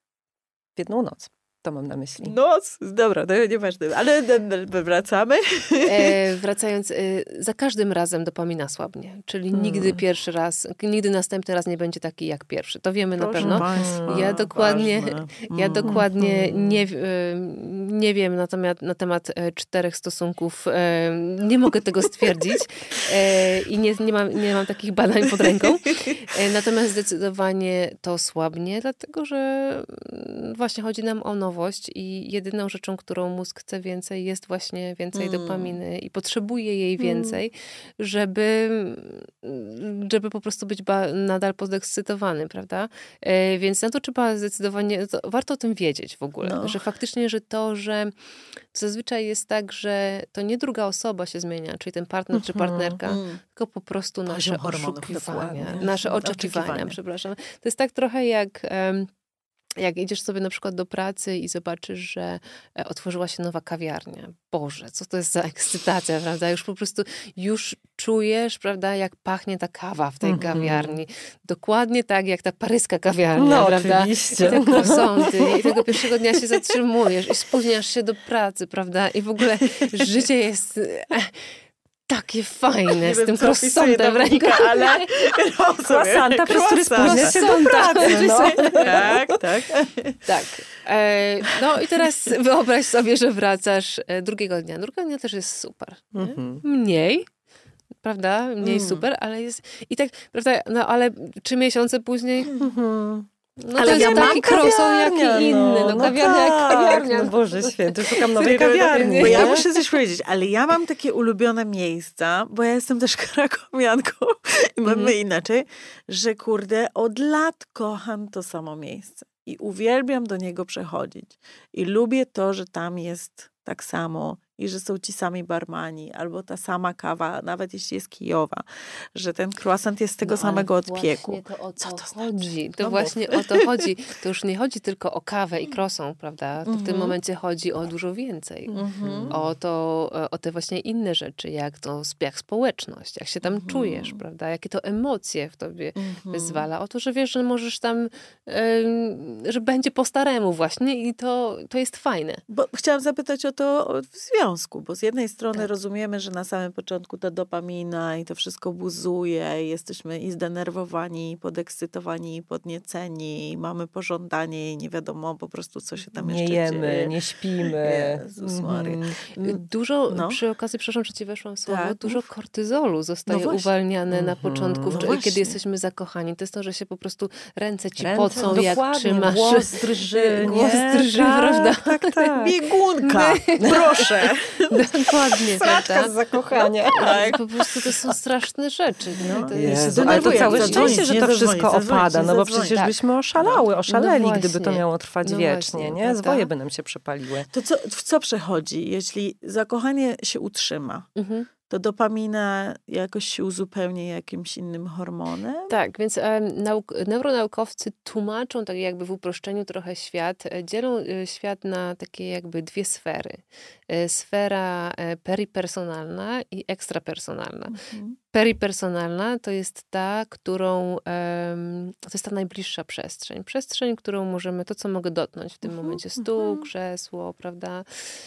w jedną noc. To mam na myśli. Noc? Dobra, to nieważne. Ale wracamy. E, wracając, e, za każdym razem dopamina słabnie. Czyli hmm. nigdy pierwszy raz, nigdy następny raz nie będzie taki jak pierwszy. To wiemy Proszę na pewno. Państwa, ja dokładnie, ważne. ja dokładnie nie, nie wiem na temat, na temat czterech stosunków. E, nie mogę tego stwierdzić. E, I nie, nie, mam, nie mam takich badań pod ręką. E, natomiast zdecydowanie to słabnie, dlatego że właśnie chodzi nam o nowość i jedyną rzeczą, którą mózg chce więcej, jest właśnie więcej mm. dopaminy i potrzebuje jej więcej, mm. żeby, żeby po prostu być ba- nadal podekscytowany, prawda? E, więc na to trzeba zdecydowanie, to warto o tym wiedzieć w ogóle, no. że faktycznie, że to, że to zazwyczaj jest tak, że to nie druga osoba się zmienia, czyli ten partner mm-hmm. czy partnerka, mm. tylko po prostu nasze oszukiwania, nasze oczekiwania, oczekiwania, przepraszam. To jest tak trochę jak... Um, Jak idziesz sobie na przykład do pracy i zobaczysz, że otworzyła się nowa kawiarnia. Boże, co to jest za ekscytacja, prawda? Już po prostu, już czujesz, prawda, jak pachnie ta kawa w tej mm-hmm. kawiarni. Dokładnie tak, jak ta paryska kawiarnia, no, prawda? Oczywiście. I te croissanty. I tego pierwszego dnia się zatrzymujesz i spóźniasz się do pracy, prawda? I w ogóle życie jest... Takie fajne, nie z wiem, tym croissantem w ręku. Ale croissanta, przez który spóźnia się do pracy. No. Tak, tak. Tak. E, no i teraz wyobraź sobie, że wracasz drugiego dnia. Drugiego dnia też jest super. Mm-hmm. Mniej, prawda? Mniej mm. super, ale jest... I tak, prawda? No ale trzy miesiące później... Mm-hmm. No ale to ja jest taki croissant jak i inny. No, no kawiarnia tak, jak kawiarnia. No Boże święty, szukam nowej kawiarni. Bo ja muszę coś powiedzieć, ale ja mam takie ulubione miejsca, bo ja jestem też krakowianką i mamy mm-hmm. inaczej, że kurde, od lat kocham to samo miejsce i uwielbiam do niego przechodzić. I lubię to, że tam jest tak samo i że są ci sami barmani, albo ta sama kawa, nawet jeśli jest kijowa, że ten croissant jest z tego no, samego odpieku. To o to Co to chodzi? Znaczy? To no właśnie o to chodzi. To już nie chodzi tylko o kawę i croissant, prawda? To mm-hmm. w tym momencie chodzi o dużo więcej. Mm-hmm. O to, o te właśnie inne rzeczy, jak to jak społeczność, jak się tam mm-hmm. czujesz, prawda? Jakie to emocje w tobie mm-hmm. wyzwala. O to, że wiesz, że możesz tam, y, że będzie po staremu właśnie i to, to jest fajne. Bo chciałam zapytać o to w związku. Bo z jednej strony tak. rozumiemy, że na samym początku ta dopamina i to wszystko buzuje, i jesteśmy i zdenerwowani, i podekscytowani, i podnieceni, i mamy pożądanie i nie wiadomo po prostu, co się tam nie jeszcze jemy, dzieje. Nie śpimy. Jezus Maria. Mm. Dużo, no. przy okazji, przepraszam, że ci weszłam w słowo, tak. dużo kortyzolu zostaje no uwalniane mm-hmm. na początku, no kiedy właśnie. Jesteśmy zakochani. To jest to, że się dokładnie ręce ci ręce, pocą, jak trzymasz. Głos drży. Głos drży, tak, prawda? Tak, tak. Biegunka, proszę. Dokładnie. Sraczka z zakochania. Tak. Po prostu to są straszne rzeczy. No, to jest ale to całe szczęście, że to wszystko opada, no bo przecież tak. byśmy oszalały, oszaleli, no gdyby to miało trwać no wiecznie, właśnie, nie? Zwoje by nam się przepaliły. To co, w co przechodzi, jeśli zakochanie się utrzyma? Mhm. To dopamina jakoś się uzupełni jakimś innym hormonem? Tak, więc e, nauk- neuronaukowcy tłumaczą tak jakby w uproszczeniu trochę świat, e, dzielą e, świat na takie jakby dwie sfery. E, sfera e, peripersonalna i ekstrapersonalna. Mhm. Peripersonalna to jest ta, którą, e, to jest ta najbliższa przestrzeń. Przestrzeń, którą możemy, to co mogę dotknąć w tym mhm. momencie, stół, mhm. krzesło, prawda?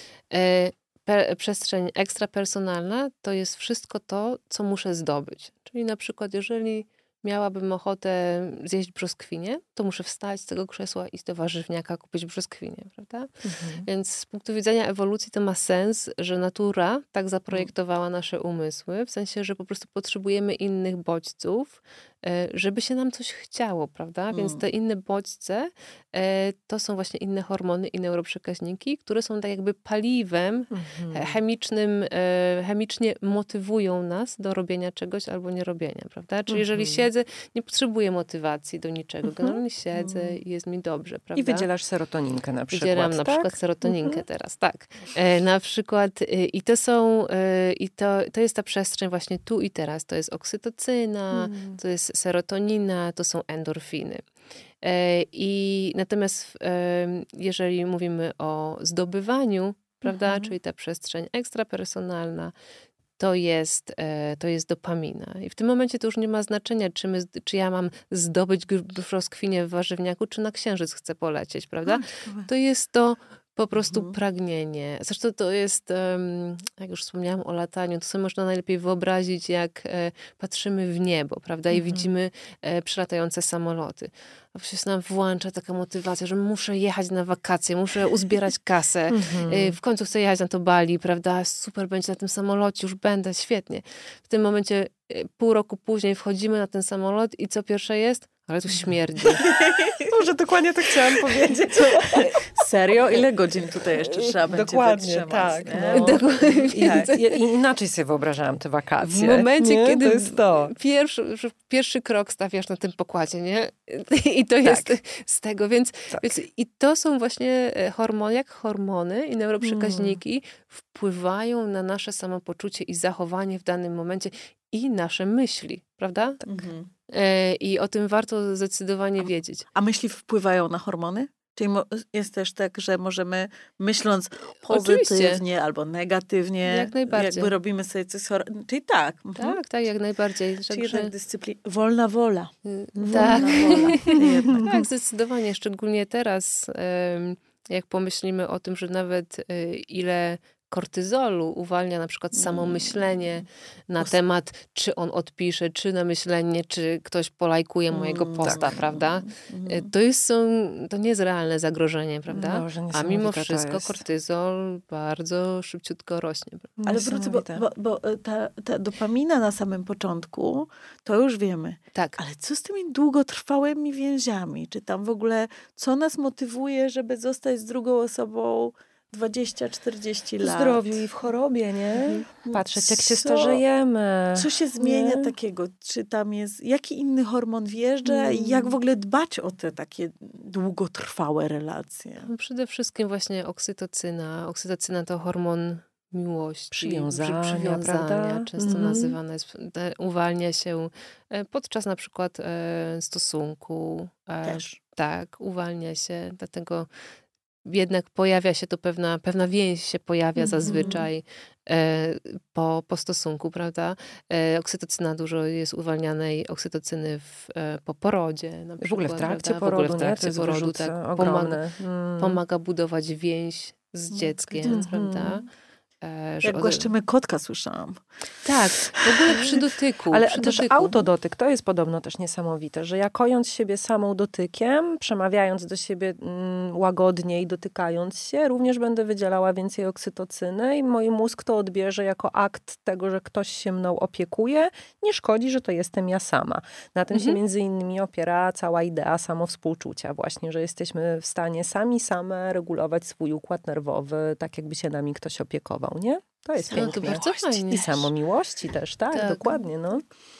E, Pe- przestrzeń ekstrapersonalna to jest wszystko to, co muszę zdobyć. Czyli na przykład, jeżeli miałabym ochotę zjeść brzoskwinię, to muszę wstać z tego krzesła i iść do warzywniaka kupić brzoskwinię, prawda? Mhm. Więc z punktu widzenia ewolucji to ma sens, że natura tak zaprojektowała nasze umysły, w sensie, że po prostu potrzebujemy innych bodźców, żeby się nam coś chciało, prawda? Więc te inne bodźce to są właśnie inne hormony i neuroprzekaźniki, które są tak jakby paliwem mhm. chemicznym, chemicznie motywują nas do robienia czegoś albo nie robienia, prawda? Czyli jeżeli mhm. siedzę, nie potrzebuję motywacji do niczego. Mhm. Generalnie siedzę i jest mi dobrze, prawda? I wydzielasz serotoninkę na przykład, Wydzielam na tak? przykład serotoninkę mhm. teraz, tak. E, na przykład e, i to są, e, i to, to jest ta przestrzeń właśnie tu i teraz. To jest oksytocyna, mhm. to jest serotonina, to są endorfiny. E, I natomiast e, jeżeli mówimy o zdobywaniu, prawda, mhm. czyli ta przestrzeń ekstrapersonalna, to jest, to jest dopamina. I w tym momencie to już nie ma znaczenia, czy, my, czy ja mam zdobyć brzoskwinie w warzywniaku, czy na księżyc chcę polecieć, prawda? To jest to po prostu mhm. pragnienie. Zresztą to jest, jak już wspomniałam o lataniu, to sobie można najlepiej wyobrazić, jak patrzymy w niebo, prawda? I mhm. widzimy przelatające samoloty. A przecież nam włącza taka motywacja, że muszę jechać na wakacje, muszę uzbierać kasę. Mhm. W końcu chcę jechać na to Bali, prawda? Super będzie na tym samolocie, już będę, świetnie. W tym momencie pół roku później wchodzimy na ten samolot i co pierwsze jest? Ale tu śmierdzi. Może dokładnie to chciałam powiedzieć. Serio? Ile godzin tutaj jeszcze trzeba będzie dokładnie, wytrzymać? Tak, no. Dokładnie. Jak? Inaczej sobie wyobrażałam te wakacje. W momencie, nie? kiedy to jest to. Pierwszy, pierwszy krok stawiasz na tym pokładzie, nie? I to jest tak. z tego, więc, tak. więc i to są właśnie hormony, jak hormony i neuroprzekaźniki mm. wpływają na nasze samopoczucie i zachowanie w danym momencie i nasze myśli, prawda? Tak. Mhm. I o tym warto zdecydowanie wiedzieć. A myśli wpływają na hormony? Czyli jest też tak, że możemy myśląc pozytywnie Oczywiście. albo negatywnie, jak najbardziej. jakby robimy sobie coś... Czyli tak. Tak, mhm. tak, jak najbardziej. Czyli jednak dyscyplina... Wolna wola. Wolna tak. wola. Tak, zdecydowanie. Szczególnie teraz, jak pomyślimy o tym, że nawet ile kortyzolu uwalnia na przykład samo myślenie na temat, czy on odpisze, czy na myślenie, czy ktoś polajkuje mojego posta, tak. prawda? To jest, są, to nie jest realne zagrożenie, prawda? No, a mimo wszystko kortyzol bardzo szybciutko rośnie. Ale wrócę, bo, bo, bo ta, ta dopamina na samym początku, to już wiemy. Tak. Ale co z tymi długotrwałymi więziami? Czy tam w ogóle, co nas motywuje, żeby zostać z drugą osobą dwadzieścia czterdzieści lat. W zdrowiu i w chorobie, nie? Mhm. Patrzeć, jak się co, starzejemy. Co się zmienia nie? takiego? Czy tam jest, jaki inny hormon wjeżdża mm. i jak w ogóle dbać o te takie długotrwałe relacje? No przede wszystkim właśnie oksytocyna. Oksytocyna to hormon miłości, przywiązania, przywiązania często mm. nazywane jest, uwalnia się podczas na przykład stosunku. Też. Tak, uwalnia się, dlatego jednak pojawia się to pewna, pewna więź się pojawia mm-hmm. zazwyczaj e, po, po stosunku, prawda? E, oksytocyna dużo jest uwalnianej, oksytocyny w, e, po porodzie na przykład. W ogóle w trakcie prawda? porodu, w ogóle w trakcie nie? To porodu, tak, pomaga, mm. pomaga budować więź z dzieckiem, mm-hmm. prawda? Jak głaszczymy kotka, słyszałam. Tak, w ogóle przy dotyku. Ale przy też dotyku. autodotyk, to jest podobno też niesamowite, że ja kojąc siebie samą dotykiem, przemawiając do siebie mm, łagodniej, dotykając się, również będę wydzielała więcej oksytocyny i mój mózg to odbierze jako akt tego, że ktoś się mną opiekuje. Nie szkodzi, że to jestem ja sama. Na tym mhm. się między innymi opiera cała idea samowspółczucia właśnie, że jesteśmy w stanie sami same regulować swój układ nerwowy, tak jakby się nami ktoś opiekował. Nie? To jest no, pięknie. To bardzo fajnie. I samomiłości też, tak, tak. dokładnie. No.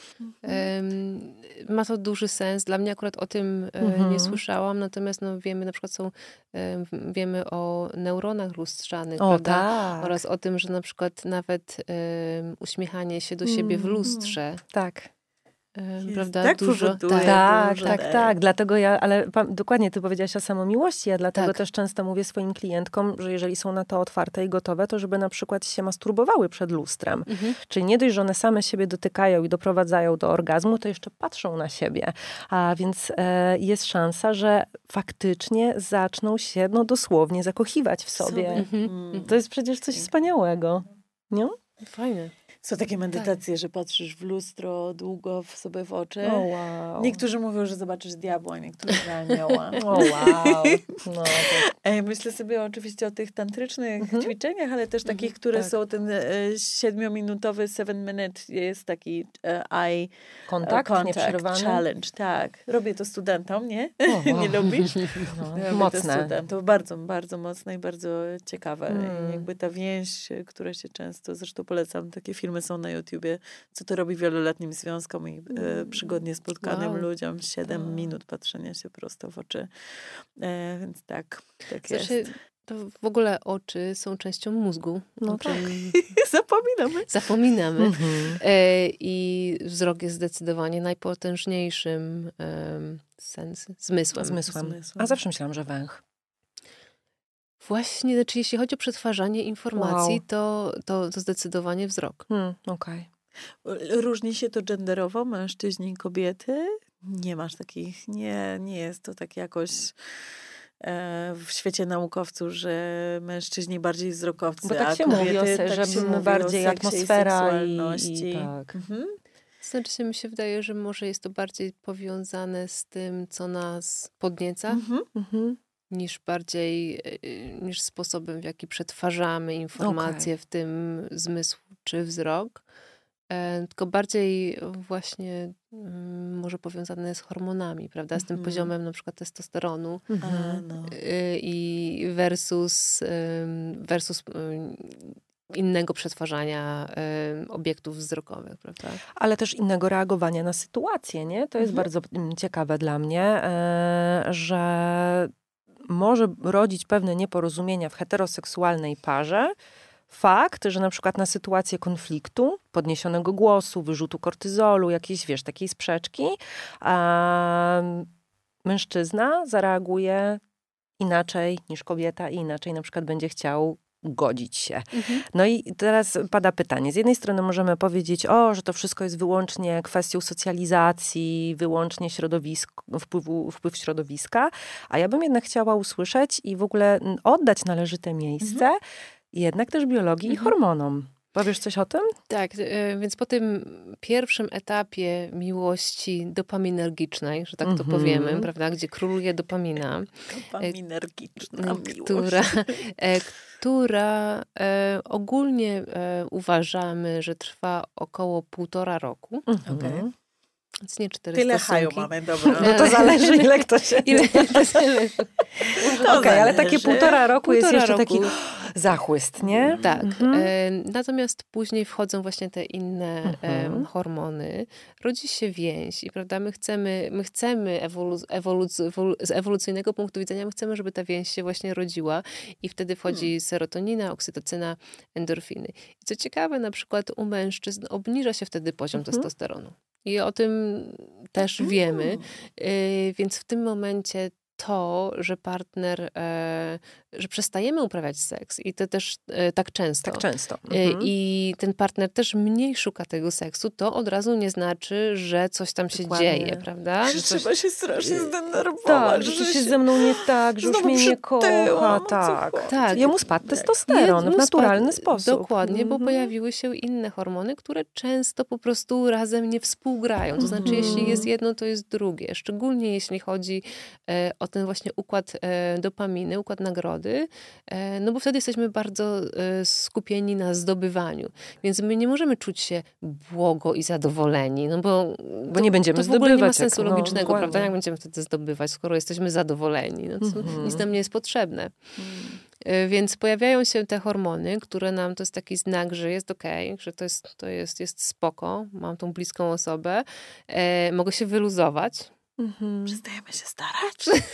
Um, ma to duży sens. Dla mnie akurat o tym mhm. nie słyszałam, natomiast no, wiemy na przykład są, um, wiemy o neuronach lustrzanych, o, prawda? Tak. Oraz o tym, że na przykład nawet um, uśmiechanie się do siebie w lustrze. Tak. Um, prawda? Tak, dużo, tak, tak, dużo, tak, tak, tak. Dlatego ja, ale dokładnie ty powiedziałaś o samomiłości, ja dlatego tak. też często mówię swoim klientkom, że jeżeli są na to otwarte i gotowe, to żeby na przykład się masturbowały przed lustrem. Mhm. Czyli nie dość, że one same siebie dotykają i doprowadzają do orgazmu, to jeszcze patrzą na siebie. A więc e, jest szansa, że faktycznie zaczną się no dosłownie zakochiwać w sobie. Mhm. To jest przecież coś wspaniałego. Nie? Fajne. Są takie medytacje, tak. że patrzysz w lustro długo w sobie w oczy. O, wow. Niektórzy mówią, że zobaczysz diabła, niektórzy anioła. O wow. No, to Myślę sobie oczywiście o tych tantrycznych mhm. ćwiczeniach, ale też takich, które tak. są ten e, siedmiominutowy, seven minute, jest taki e, eye kontakt, contact nieprzerwany. challenge. Tak. Robię to studentom, nie? O, wow. Nie lubisz? No, Robię mocne. To, to bardzo, bardzo mocne i bardzo ciekawe. Mm. I jakby ta więź, która się często, zresztą polecam, takie filmy są na YouTubie, co to robi wieloletnim związkom i e, przygodnie spotkanym wow. ludziom. Siedem wow. minut patrzenia się prosto w oczy. E, więc tak, tak znaczy, jest. To w ogóle oczy są częścią mózgu. No tak. Zapominamy. Zapominamy. Mhm. E, I wzrok jest zdecydowanie najpotężniejszym e, sens, zmysłem. zmysłem. Zmysłem. A zawsze myślałam, że węch. Właśnie, znaczy jeśli chodzi o przetwarzanie informacji, Wow. to, to, to zdecydowanie wzrok. Hmm, okej. Okay. Różni się to genderowo, mężczyźni i kobiety? Nie masz takich, nie, nie jest to tak jakoś e, w świecie naukowców, że mężczyźni bardziej wzrokowcy, Bo tak a się kobiety, mówi, o se, tak że się mówi bardziej o seksie atmosfera i i, seksualności. i tak. Mhm. Znaczy się, mi się wydaje, że może jest to bardziej powiązane z tym, co nas podnieca, Mhm. Mhm. niż bardziej, niż sposobem, w jaki przetwarzamy informacje Okay. w tym zmysł czy wzrok. E, tylko bardziej właśnie mm, może powiązane z hormonami, prawda? Z tym Mhm. poziomem na przykład testosteronu Mhm. A, no. y, i versus, ym, versus ym, innego przetwarzania ym, obiektów wzrokowych, prawda? Ale też innego reagowania na sytuację, nie? To jest Mhm. bardzo mm, ciekawe dla mnie, e, że może rodzić pewne nieporozumienia w heteroseksualnej parze fakt, że na przykład na sytuację konfliktu, podniesionego głosu, wyrzutu kortyzolu, jakiejś, wiesz, takiej sprzeczki, a mężczyzna zareaguje inaczej niż kobieta i inaczej na przykład będzie chciał godzić się. Mhm. No i teraz pada pytanie. Z jednej strony możemy powiedzieć, o, że to wszystko jest wyłącznie kwestią socjalizacji, wyłącznie środowisk, wpływu, wpływ środowiska, a ja bym jednak chciała usłyszeć i w ogóle oddać należyte miejsce mhm. jednak też biologii mhm. i hormonom. Powiesz coś o tym? Tak, więc po tym pierwszym etapie miłości dopaminergicznej, że tak to Mhm. powiemy, prawda, gdzie króluje dopamina, Dopaminergiczna która, która e, ogólnie e, uważamy, że trwa około półtora roku. Mhm. Okay. Więc nie cztery Tyle stosunki. haju mamy, dobra. No to zależy, ile kto się... Ile to zależy. Okej, okay, ale takie półtora roku półtora jest jeszcze roku. taki zachłyst, nie? Tak. Mhm. E, natomiast później wchodzą właśnie te inne Mhm. e, hormony. Rodzi się więź i prawda, my chcemy, my chcemy ewolu- ewoluc- ewolu- z ewolucyjnego punktu widzenia, my chcemy, żeby ta więź się właśnie rodziła i wtedy wchodzi hmm. serotonina, oksytocyna, endorfiny. I co ciekawe, na przykład u mężczyzn obniża się wtedy poziom Mhm. testosteronu. I o tym też wiemy, y, więc w tym momencie to, że partner, e, że przestajemy uprawiać seks i to też e, tak często. Tak często. E, Mhm. I ten partner też mniej szuka tego seksu, to od razu nie znaczy, że coś tam się Dokładnie. dzieje, prawda? Że trzeba się strasznie zdenerwować. Tak, że coś jest ze mną nie tak, że już mnie nie kocha. Tak. Tak. Jemu spadł testosteron Jemu w naturalny spadł- sposób. Dokładnie, bo Mhm. pojawiły się inne hormony, które często po prostu razem nie współgrają. To znaczy, Mhm. jeśli jest jedno, to jest drugie. Szczególnie jeśli chodzi e, o ten właśnie układ e, dopaminy, układ nagrody, e, no bo wtedy jesteśmy bardzo e, skupieni na zdobywaniu. Więc my nie możemy czuć się błogo i zadowoleni, no bo, Bo nie będziemy to w ogóle nie ma zdobywać, sensu jak- no, logicznego, dokładnie. prawda? Jak będziemy wtedy zdobywać, skoro jesteśmy zadowoleni? No to Mhm. nic nam nie jest potrzebne. Y, Więc pojawiają się te hormony, które nam, to jest taki znak, że jest okej, że to jest, to jest, jest spoko, mam tą bliską osobę, e, mogę się wyluzować. Mhm. Przestajemy się starać.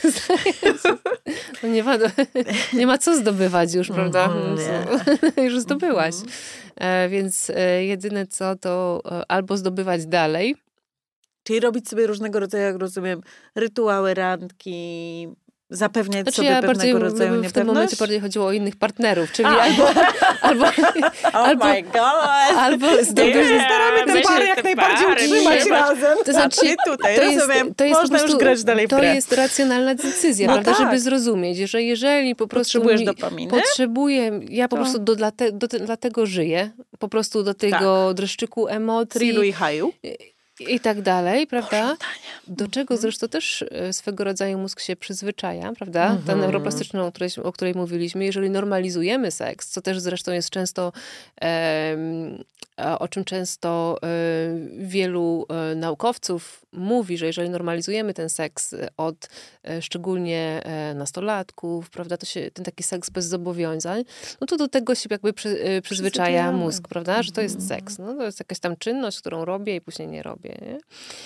No nie, ma, nie ma co zdobywać już, prawda? Mhm, Już zdobyłaś. E, więc e, jedyne co, to e, albo zdobywać dalej. Czyli robić sobie różnego rodzaju, jak rozumiem, rytuały, randki, zapewniać Znaczy sobie ja pewnego bardziej, rodzaju w tym niepewność? momencie bardziej chodziło o innych partnerów, czyli albo, albo, Oh albo, my god! albo zdobyć... Nie, staramy te Myślę, pary jak najbardziej pary utrzymać trzeba- razem. To znaczy, I tutaj, to jest, rozumiem, to jest można po już prostu, grać dalej w to grę. jest racjonalna decyzja, No prawda, tak. żeby zrozumieć, że jeżeli po prostu Potrzebujesz mi- dopaminy? potrzebuję, ja po To- prostu do, dla te, do, te- dlatego żyję, po prostu do tego dreszczyku emocji. Thrillu i haju? i tak dalej, prawda? Do czego zresztą też swego rodzaju mózg się przyzwyczaja, prawda? Ta neuroplastyczna, o której, o której mówiliśmy, jeżeli normalizujemy seks, co też zresztą jest często, o czym często wielu naukowców mówi, że jeżeli normalizujemy ten seks od szczególnie nastolatków, prawda, to się ten taki seks bez zobowiązań, no to do tego się jakby przy, przyzwyczaja mózg, prawda, że to jest seks. No, to jest jakaś tam czynność, którą robię i później nie robię. Nie?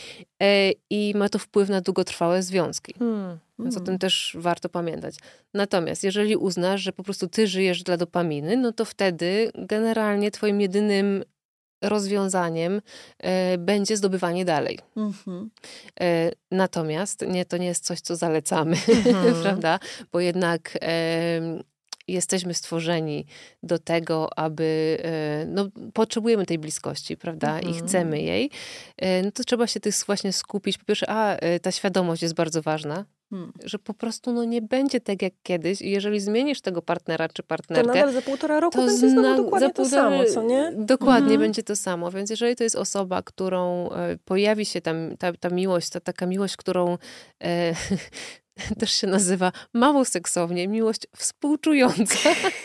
I ma to wpływ na długotrwałe związki. Hmm. Więc o tym też warto pamiętać. Natomiast jeżeli uznasz, że po prostu ty żyjesz dla dopaminy, no to wtedy generalnie twoim jedynym rozwiązaniem e, będzie zdobywanie dalej. Mm-hmm. E, natomiast nie, to nie jest coś, co zalecamy, mm-hmm. prawda? Bo jednak e, jesteśmy stworzeni do tego, aby, e, no potrzebujemy tej bliskości, prawda? Mm-hmm. I chcemy jej. E, no to trzeba się tych właśnie skupić. Po pierwsze, a e, ta świadomość jest bardzo ważna. Hmm. Że po prostu no, nie będzie tak jak kiedyś i jeżeli zmienisz tego partnera czy partnerkę, to nadal za półtora roku to będzie znowu dokładnie to samo, co nie? Dokładnie hmm. będzie to samo, więc jeżeli to jest osoba, którą e, pojawi się tam, ta, ta miłość, ta taka miłość, którą e, też się nazywa mało seksownie, miłość współczująca.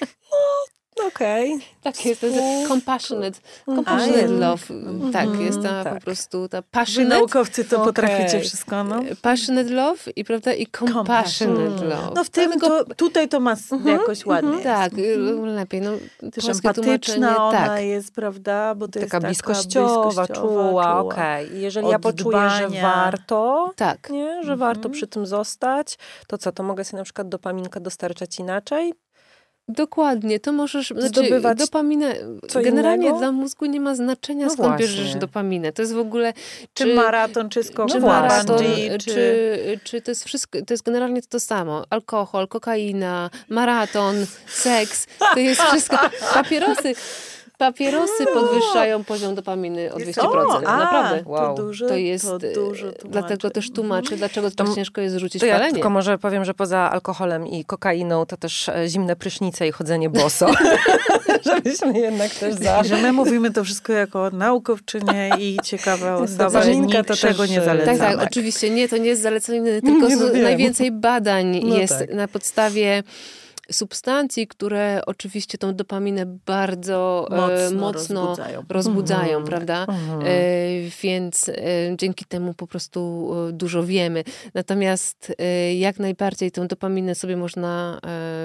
Okej. Okay. Tak, jest to jest compassionate, compassionate A, love. Mm-hmm. Tak, jest ta tak. po prostu ta passionate. Wy naukowcy to okay. potraficie wszystko, no. Passionate love i prawda, i compassionate love. No w tym to, tutaj to ma mm-hmm. jakoś ładnie. Mm-hmm. Tak, mm-hmm. lepiej. No, też empatyczna ona tak. jest, prawda, bo to taka jest taka bliskościowa, bliskościowa czuła, okej. Okay. Jeżeli ja poczuję, że warto, tak. nie, że mm-hmm. warto przy tym zostać, to co, to mogę sobie na przykład dopaminkę dostarczać inaczej? Dokładnie, to możesz zdobywać znaczy, dopaminę. Generalnie innego? Dla mózgu nie ma znaczenia, no skąd właśnie. Bierzesz dopaminę. To jest w ogóle... Czy, czy maraton, czy skok, czy, maraton, czy, czy, czy to jest wszystko, to jest generalnie to, to samo. Alkohol, kokaina, maraton, seks, to jest wszystko. Papierosy. Papierosy podwyższają poziom dopaminy o dwieście procent. O, a, naprawdę. Wow. To, dużo, to jest, to dużo tłumaczy. Dlatego też tłumaczę, dlaczego to, to ciężko jest rzucić to palenie. Ja tylko może powiem, że poza alkoholem i kokainą to też zimne prysznice i chodzenie boso. Żebyśmy jednak też za... Że my mówimy to wszystko jako naukowczynie i ciekawa osoba, że niczego nie zalecamy. Tak, tak, oczywiście. Nie, to nie jest zalecenie, tylko z, najwięcej badań no jest tak. na podstawie substancji, które oczywiście tą dopaminę bardzo mocno, e, mocno rozbudzają, rozbudzają mm-hmm. prawda? Mm-hmm. E, więc e, dzięki temu po prostu e, dużo wiemy. Natomiast e, jak najbardziej tę dopaminę sobie można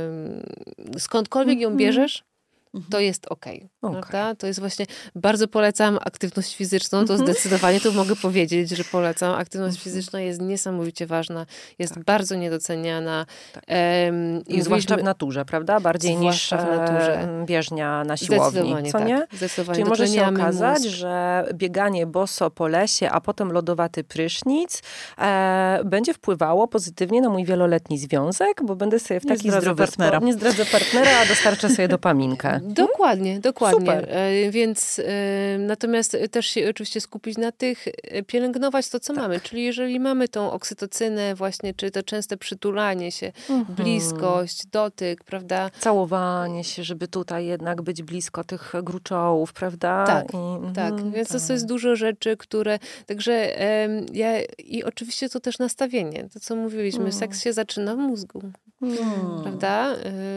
e, skądkolwiek ją bierzesz, to jest okej. Okay, okay. To jest właśnie, bardzo polecam aktywność fizyczną, to zdecydowanie to mogę powiedzieć, że polecam. Aktywność fizyczna jest niesamowicie ważna, jest tak. bardzo niedoceniana. Tak. Um, I zwłaszcza w naturze, prawda? Bardziej niż w naturze. Bieżnia na siłowni, co tak. nie? Zdecydowanie. Czyli może się okazać, mózg. że bieganie boso po lesie, a potem lodowaty prysznic e, będzie wpływało pozytywnie na mój wieloletni związek, bo będę sobie w taki zdrowy sposób, nie zdradzę partnera, a dostarczę sobie dopaminkę. Dokładnie, dokładnie. Super. E, więc e, natomiast też się oczywiście skupić na tych, pielęgnować to, co tak. mamy. Czyli jeżeli mamy tą oksytocynę właśnie, czy to częste przytulanie się, mhm. bliskość, dotyk, prawda? Całowanie się, żeby tutaj jednak być blisko tych gruczołów, prawda? Tak, I, tak. Mm, Więc tak. to jest dużo rzeczy, które... Także e, ja... I oczywiście to też nastawienie. To, co mówiliśmy. Mm. Seks się zaczyna w mózgu. Mm. Prawda?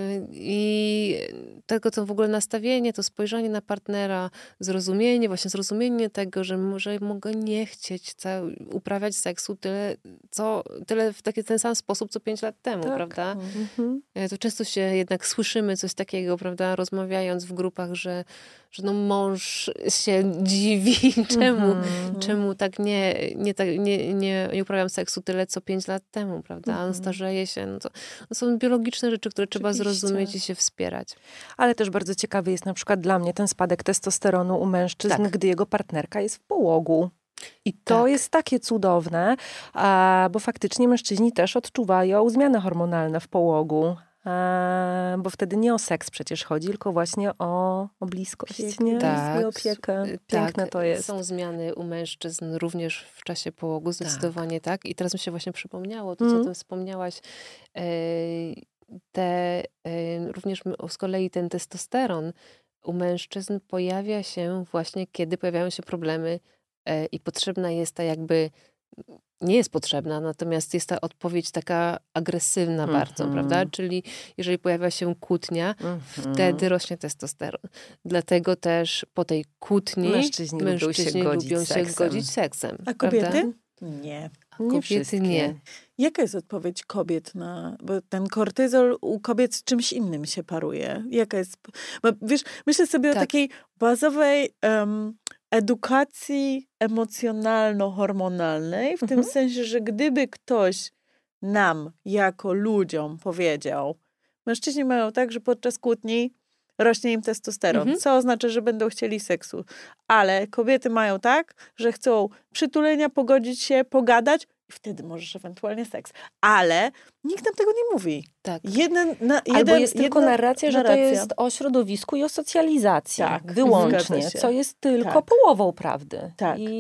I tego, co w ogóle nastawienie, to spojrzenie na partnera, zrozumienie, właśnie zrozumienie tego, że może mogę nie chcieć ca- uprawiać seksu tyle, co, tyle w taki ten sam sposób, co pięć lat temu, tak. prawda? Mm-hmm. To często się jednak słyszymy coś takiego, prawda, rozmawiając w grupach, że, że no mąż się dziwi, czemu, mm-hmm. czemu tak nie, nie, tak nie, nie, nie uprawiam seksu tyle, co pięć lat temu, prawda? Mm-hmm. On starzeje się. No to, to są biologiczne rzeczy, które Oczywiście. trzeba zrozumieć i się wspierać. Ale też bardzo ciekawy jest na przykład dla mnie ten spadek testosteronu u mężczyzn, tak. gdy jego partnerka jest w połogu. I to tak. jest takie cudowne, a, bo faktycznie mężczyźni też odczuwają zmiany hormonalne w połogu. A, bo wtedy nie o seks przecież chodzi, tylko właśnie o, o bliskość, nie? Tak, i opiekę. Piękne tak, to jest. Są zmiany u mężczyzn również w czasie połogu, zdecydowanie tak. tak. I teraz mi się właśnie przypomniało, to co mm. o tym wspomniałaś, yy, te, y, również z kolei ten testosteron u mężczyzn pojawia się właśnie, kiedy pojawiają się problemy i potrzebna jest ta jakby, nie jest potrzebna, natomiast jest ta odpowiedź taka agresywna mm-hmm. bardzo, prawda? Czyli jeżeli pojawia się kłótnia, mm-hmm. wtedy rośnie testosteron. Dlatego też po tej kłótni mężczyźni, mężczyźni lubią się lubią godzić się seksem. godzić seksem. A kobiety? Prawda? Nie. A kobiety nie. Jaka jest odpowiedź kobiet na... Bo ten kortyzol u kobiet z czymś innym się paruje. Jaka jest... Bo wiesz, myślę sobie tak. o takiej bazowej um, edukacji emocjonalno-hormonalnej, w mhm. tym sensie, że gdyby ktoś nam, jako ludziom powiedział, mężczyźni mają tak, że podczas kłótni rośnie im testosteron, mhm. co oznacza, że będą chcieli seksu. Ale kobiety mają tak, że chcą przytulenia, pogodzić się, pogadać i wtedy możesz ewentualnie seks. Ale nikt nam tego nie mówi. Tak. Jeden, na, jeden, Albo jest tylko jedna narracja, że narracja. to jest o środowisku i o socjalizacji. Tak, wyłącznie, co jest tylko tak. połową prawdy. Tak. I,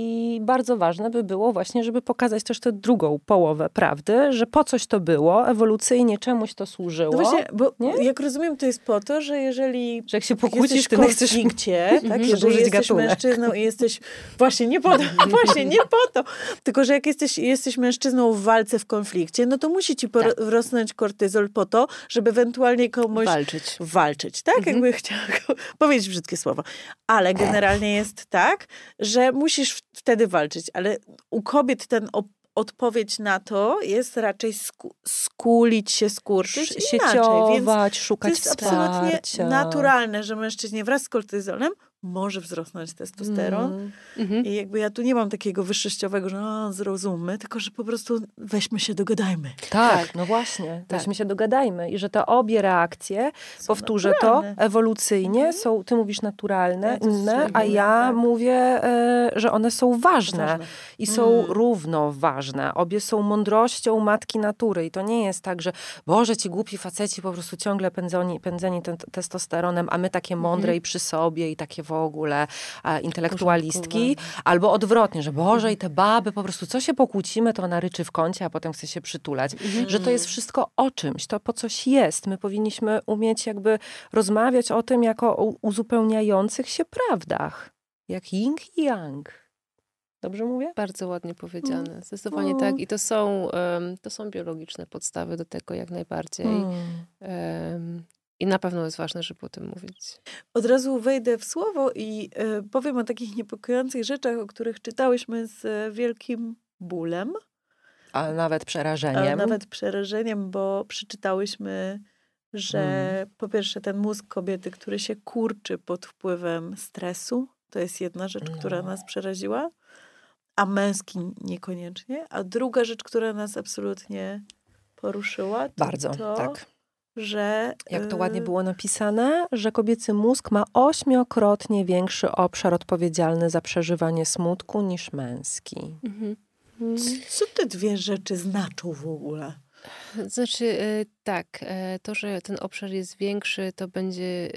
I bardzo ważne by było właśnie, żeby pokazać też tę drugą połowę prawdy, że po coś to było, ewolucyjnie czemuś to służyło. No właśnie, bo nie? jak rozumiem, to jest po to, że jeżeli że jak się pokłócisz, ty w konflikcie, tak, jeżeli jesteś gatunek. mężczyzną i jesteś... Właśnie nie po to, właśnie nie po to. Tylko, że jak jesteś, jesteś mężczyzną w walce, w konflikcie, no to musi ci tak. rosnąć kortyzol po to, żeby ewentualnie komuś... Walczyć. Walczyć, tak? Mhm. Jakby chciała powiedzieć brzydkie słowo. Ale generalnie jest tak, że musisz wtedy walczyć. Ale u kobiet ten op- odpowiedź na to jest raczej sku- skulić się, skurczyć i sieciować, szukać to jest wsparcia. absolutnie naturalne, że mężczyźnie wraz z kortyzolem może wzrosnąć testosteron. Mm. I jakby ja tu nie mam takiego wyższościowego, że no, zrozummy, tylko że po prostu weźmy się, dogadajmy. Tak, tak. no właśnie. Tak. Weźmy się, dogadajmy. I że te obie reakcje, są powtórzę naturalne. To, ewolucyjnie mm. są, ty mówisz naturalne, ja inne, a ja tak. mówię, e, że one są ważne. ważne. I są mm. równo ważne. Obie są mądrością matki natury. I to nie jest tak, że Boże, ci głupi faceci po prostu ciągle pędzeni, pędzeni ten testosteronem, a my takie mądre mm. i przy sobie i takie w ogóle e, intelektualistki, albo odwrotnie, że Boże, i te baby po prostu co się pokłócimy, to ona ryczy w kącie, a potem chce się przytulać. Mm. Że to jest wszystko o czymś, to po coś jest. My powinniśmy umieć jakby rozmawiać o tym jako o uzupełniających się prawdach. Jak yin i yang. Dobrze mówię? Bardzo ładnie powiedziane. Mm. Zdecydowanie mm. tak. I to są, um, to są biologiczne podstawy do tego jak najbardziej. Mm. Um, I na pewno jest ważne, żeby o tym mówić. Od razu wejdę w słowo i y, powiem o takich niepokojących rzeczach, o których czytałyśmy z y, wielkim bólem. A nawet przerażeniem. A nawet przerażeniem, bo przeczytałyśmy, że mm. po pierwsze ten mózg kobiety, który się kurczy pod wpływem stresu, to jest jedna rzecz, no. która nas przeraziła, a męski niekoniecznie. A druga rzecz, która nas absolutnie poruszyła, to Bardzo, to, tak. że... Jak to ładnie było napisane, że kobiecy mózg ma ośmiokrotnie większy obszar odpowiedzialny za przeżywanie smutku niż męski. Mhm. Co te dwie rzeczy znaczą w ogóle? Znaczy, tak, to, że ten obszar jest większy, to będzie,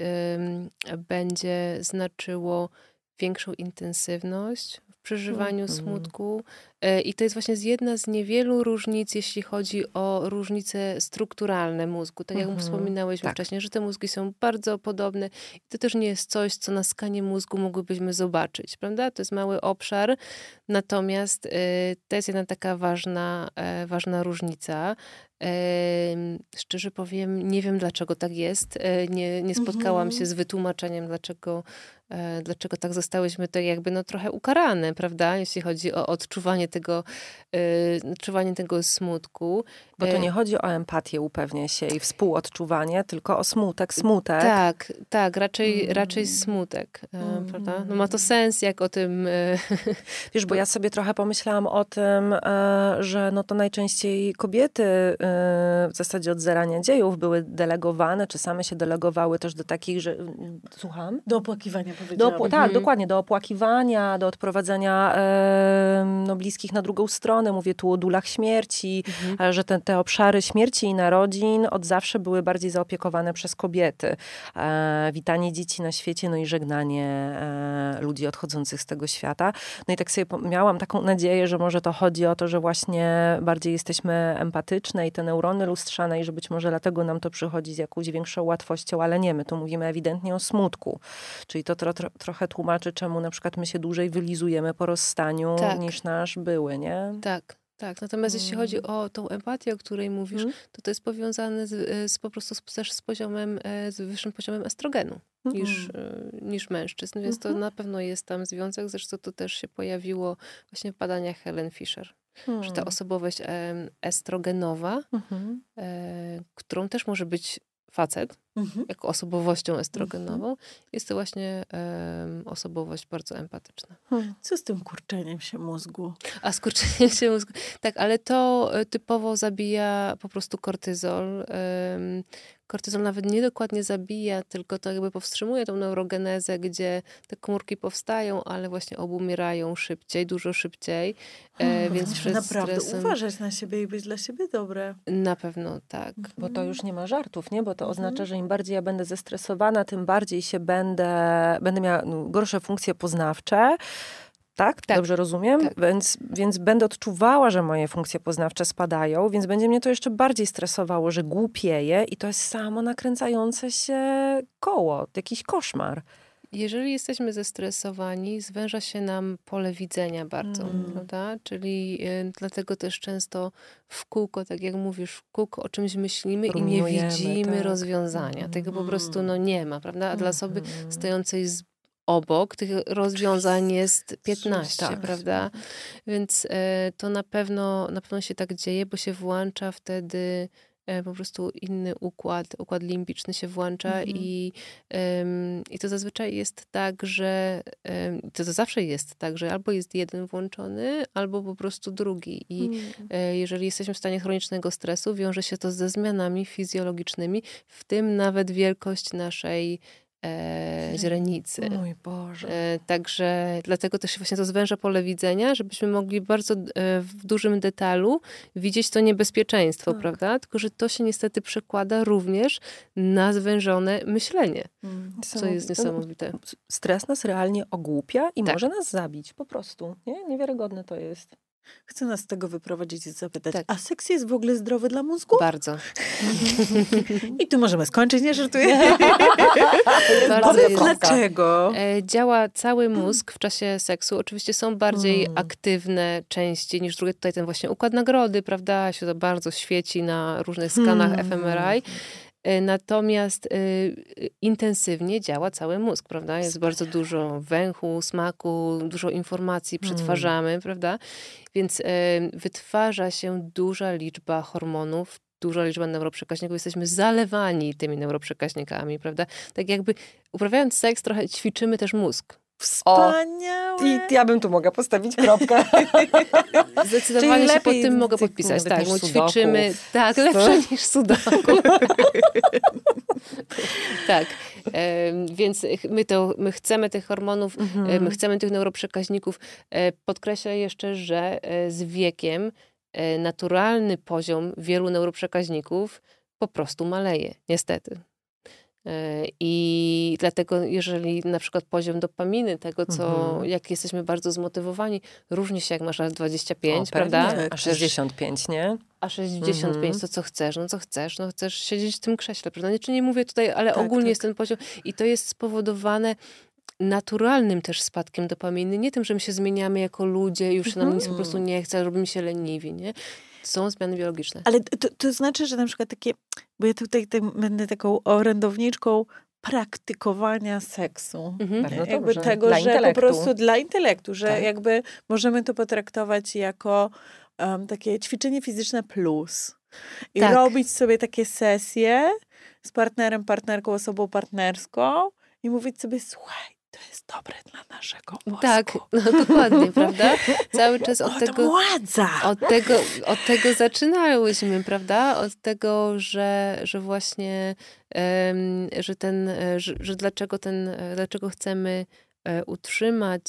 będzie znaczyło większą intensywność w przeżywaniu mm. smutku. I to jest właśnie jedna z niewielu różnic, jeśli chodzi o różnice strukturalne mózgu. Tak jak mm-hmm. wspominałyśmy tak. wcześniej, że te mózgi są bardzo podobne. I to też nie jest coś, co na skanie mózgu mogłybyśmy zobaczyć, prawda? To jest mały obszar, natomiast y, to jest jedna taka ważna, e, ważna różnica. E, szczerze powiem, nie wiem, dlaczego tak jest. E, nie, nie spotkałam mm-hmm. się z wytłumaczeniem, dlaczego, e, dlaczego tak zostałyśmy to jakby no trochę ukarane, prawda? Jeśli chodzi o odczuwanie tego, y, odczuwanie tego smutku. Bo to nie chodzi o empatię, upewnię się, i współodczuwanie, tylko o smutek, smutek. Tak, tak, raczej, mm. raczej smutek, mm. prawda? No ma to sens, jak o tym... Wiesz, bo ja sobie trochę pomyślałam o tym, że no to najczęściej kobiety w zasadzie od zarania dziejów były delegowane, czy same się delegowały też do takich, że... Słucham? Do opłakiwania, powiedziałam. Do, tak, mhm. dokładnie, do opłakiwania, do odprowadzania no, bliskich wszystkich na drugą stronę. Mówię tu o dulach śmierci, mhm. że te, te obszary śmierci i narodzin od zawsze były bardziej zaopiekowane przez kobiety. E, witanie dzieci na świecie, no i żegnanie e, ludzi odchodzących z tego świata. No i tak sobie miałam taką nadzieję, że może to chodzi o to, że właśnie bardziej jesteśmy empatyczne i te neurony lustrzane i że być może dlatego nam to przychodzi z jakąś większą łatwością, ale nie, my tu mówimy ewidentnie o smutku. Czyli to tro, tro, trochę tłumaczy, czemu na przykład my się dłużej wylizujemy po rozstaniu tak. niż nasz były, nie? Tak. Tak, natomiast jeśli chodzi o tą empatię, o której mówisz, mm. to to jest powiązane z, z po prostu z, też z poziomem, z wyższym poziomem estrogenu mm. niż, niż mężczyzn, więc mm-hmm. to na pewno jest tam związek, zresztą to też się pojawiło właśnie w badaniach Helen Fisher, mm. że ta osobowość estrogenowa, mm-hmm. e, którą też może być facet, mhm. jako osobowością estrogenową, mhm. jest to właśnie um, osobowość bardzo empatyczna. Hmm. Co z tym kurczeniem się mózgu? A z kurczeniem się mózgu. Tak, ale to typowo zabija po prostu kortyzol. Um, kortyzol nawet nie dokładnie zabija, tylko to jakby powstrzymuje tą neurogenezę, gdzie te komórki powstają, ale właśnie obumierają szybciej, dużo szybciej. Hmm, e, więc przed naprawdę stresem... uważać na siebie i być dla siebie dobre. Na pewno tak. Bo to już nie ma żartów, nie? Bo to mhm. oznacza, że im bardziej ja będę zestresowana, tym bardziej się będę, będę miała no, gorsze funkcje poznawcze. Tak? tak? Dobrze rozumiem? Tak. Więc, więc będę odczuwała, że moje funkcje poznawcze spadają, więc będzie mnie to jeszcze bardziej stresowało, że głupieję i to jest samo nakręcające się koło, jakiś koszmar. Jeżeli jesteśmy zestresowani, zwęża się nam pole widzenia bardzo, mm. prawda? Czyli y, dlatego też często w kółko, tak jak mówisz, w kółko o czymś myślimy Ruminujemy, i nie widzimy tak. rozwiązania. Mm. Tego po prostu no, nie ma, prawda? A mm. dla osoby stojącej z obok tych rozwiązań jest piętnaście, tak. prawda? Więc y, to na pewno, na pewno się tak dzieje, bo się włącza wtedy po prostu inny układ, układ limbiczny się włącza mhm. i, um, i to zazwyczaj jest tak, że um, to, to zawsze jest tak, że albo jest jeden włączony, albo po prostu drugi. I mhm. e, jeżeli jesteśmy w stanie chronicznego stresu, wiąże się to ze zmianami fizjologicznymi, w tym nawet wielkość naszej E, źrenicy. Mój Boże. E, także dlatego też właśnie to zwęża pole widzenia, żebyśmy mogli bardzo e, w dużym detalu widzieć to niebezpieczeństwo, tak. prawda? Tylko, że to się niestety przekłada również na zwężone myślenie, mm. co jest niesamowite. Stres nas realnie ogłupia i tak. może nas zabić, po prostu. Nie? Niewiarygodne to jest. Chcę nas z tego wyprowadzić i zapytać, tak. a seks jest w ogóle zdrowy dla mózgu? Bardzo. I tu możemy skończyć, nie żartuję? Bardzo dlaczego? Działa cały mózg w czasie seksu. Oczywiście są bardziej hmm. aktywne części niż drugie. Tutaj ten właśnie układ nagrody, prawda, się to bardzo świeci na różnych skanach hmm. F M R I. Natomiast y, intensywnie działa cały mózg, prawda? Jest Super. bardzo dużo węchu, smaku, dużo informacji przetwarzamy, hmm. prawda? Więc y, wytwarza się duża liczba hormonów, duża liczba neuroprzekaźników. Jesteśmy zalewani tymi neuroprzekaźnikami, prawda? Tak jakby uprawiając seks trochę ćwiczymy też mózg. Wspaniałe. O, i ja bym tu mogła postawić kropkę. Zdecydowanie się pod tym mogę podpisać. Tak, bo ćwiczymy. Tak, lepsze niż sudoku. tak. E, więc my, to, my chcemy tych hormonów, mhm. my chcemy tych neuroprzekaźników. E, podkreślę jeszcze, że z wiekiem e, naturalny poziom wielu neuroprzekaźników po prostu maleje. Niestety. I dlatego, jeżeli na przykład poziom dopaminy, tego, co, mhm. jak jesteśmy bardzo zmotywowani, różni się, jak masz lat dwadzieścia pięć, o, prawda? A sześćdziesiąt pięć, nie? A sześćdziesiąt pięć, mhm. to co chcesz? No co chcesz? No chcesz siedzieć w tym krześle, prawda? Nie, czy nie mówię tutaj, ale tak, ogólnie tak. jest ten poziom. I to jest spowodowane naturalnym też spadkiem dopaminy. Nie tym, że my się zmieniamy jako ludzie, już się nam mhm. nic po prostu nie chce, robimy się leniwi, nie? Są zmiany biologiczne. Ale to, to znaczy, że na przykład takie, bo ja tutaj tak, będę taką orędowniczką praktykowania seksu. Mhm. Jakby tego, dla że intelektu. Po prostu dla intelektu, że tak. jakby możemy to potraktować jako um, takie ćwiczenie fizyczne plus. I tak. robić sobie takie sesje z partnerem, partnerką, osobą partnerską i mówić sobie, słuchaj, to jest dobre dla naszego mózgu. Tak, no dokładnie, prawda? Cały czas od, od tego, od tego od tego zaczynałyśmy, prawda? Od tego, że, że właśnie um, że ten, że, że dlaczego ten, dlaczego chcemy um, utrzymać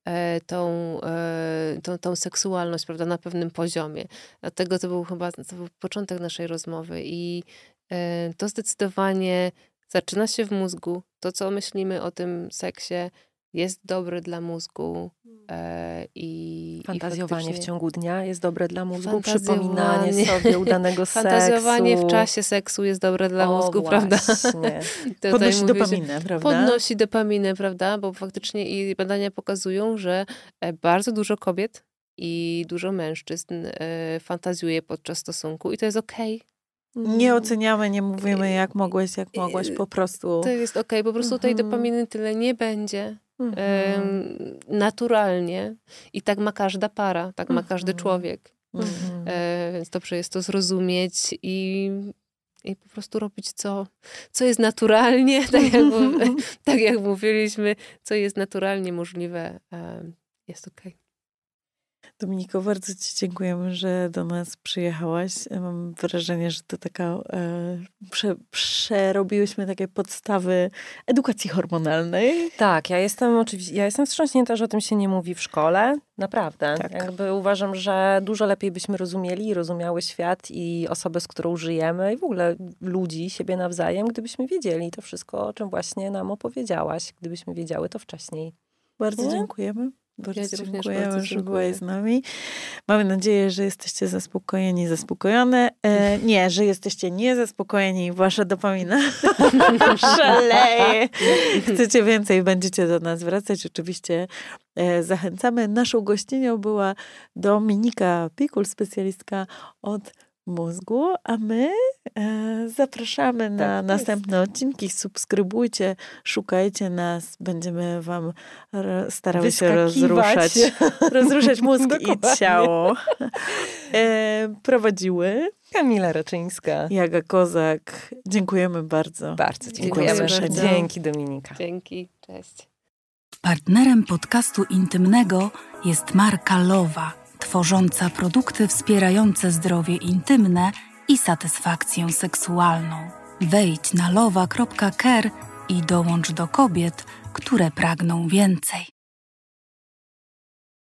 tą, tą, tą seksualność, prawda, na pewnym poziomie. Dlatego to był chyba to był początek naszej rozmowy i to zdecydowanie zaczyna się w mózgu. To, co myślimy o tym seksie, jest dobre dla mózgu e, i fantazjowanie i faktycznie... w ciągu dnia jest dobre dla mózgu, przypominanie sobie udanego seksu. Fantazjowanie w czasie seksu jest dobre dla o, mózgu, właśnie. prawda? Podnosi dopaminę, prawda? Podnosi dopaminę, prawda? Bo faktycznie i badania pokazują, że bardzo dużo kobiet i dużo mężczyzn e, fantazjuje podczas stosunku i to jest okej. Okay. Nie oceniamy, nie mówimy jak mogłeś, jak mogłaś, po prostu. To jest okej, okay. Po prostu tej dopaminy tyle nie będzie. Mhm. E, naturalnie. I tak ma każda para, tak ma każdy człowiek. Mhm. E, więc dobrze jest to zrozumieć i, i po prostu robić co, co jest naturalnie, tak jak, tak jak mówiliśmy, co jest naturalnie możliwe, e, jest okej. Okay. Dominiko, bardzo ci dziękujemy, że do nas przyjechałaś. Mam wrażenie, że to taka e, prze, przerobiłyśmy takie podstawy edukacji hormonalnej. Tak, ja jestem oczywiście, ja jestem wstrząśnięta, że o tym się nie mówi w szkole. Naprawdę. Tak. Jakby uważam, że dużo lepiej byśmy rozumieli i rozumiały świat i osobę, z którą żyjemy i w ogóle ludzi, siebie nawzajem, gdybyśmy wiedzieli to wszystko, o czym właśnie nam opowiedziałaś. Gdybyśmy wiedziały to wcześniej. Bardzo nie? dziękujemy. Bardzo ja dziękujemy, bardzo że byłaś z nami. Mamy nadzieję, że jesteście zaspokojeni, zaspokojone. E, nie, że jesteście niezaspokojeni. Wasza dopamina szaleje. Chcecie więcej, będziecie do nas wracać. Oczywiście e, zachęcamy. Naszą gościnią była Dominika Pikul, specjalistka od mózgu, a my e, zapraszamy na tak następne odcinki. Subskrybujcie, szukajcie nas. Będziemy wam r- starały się rozruszać, rozruszać mózg i ciało. E, prowadziły Kamila Raczyńska, Jaga Kozak. Dziękujemy bardzo. Bardzo dziękujemy. Dziękuję bardzo. Dzięki, Dominika. Dzięki, cześć. Partnerem podcastu intymnego jest marka Lowa, tworząca produkty wspierające zdrowie intymne i satysfakcję seksualną. Wejdź na lowa kropka care i dołącz do kobiet, które pragną więcej.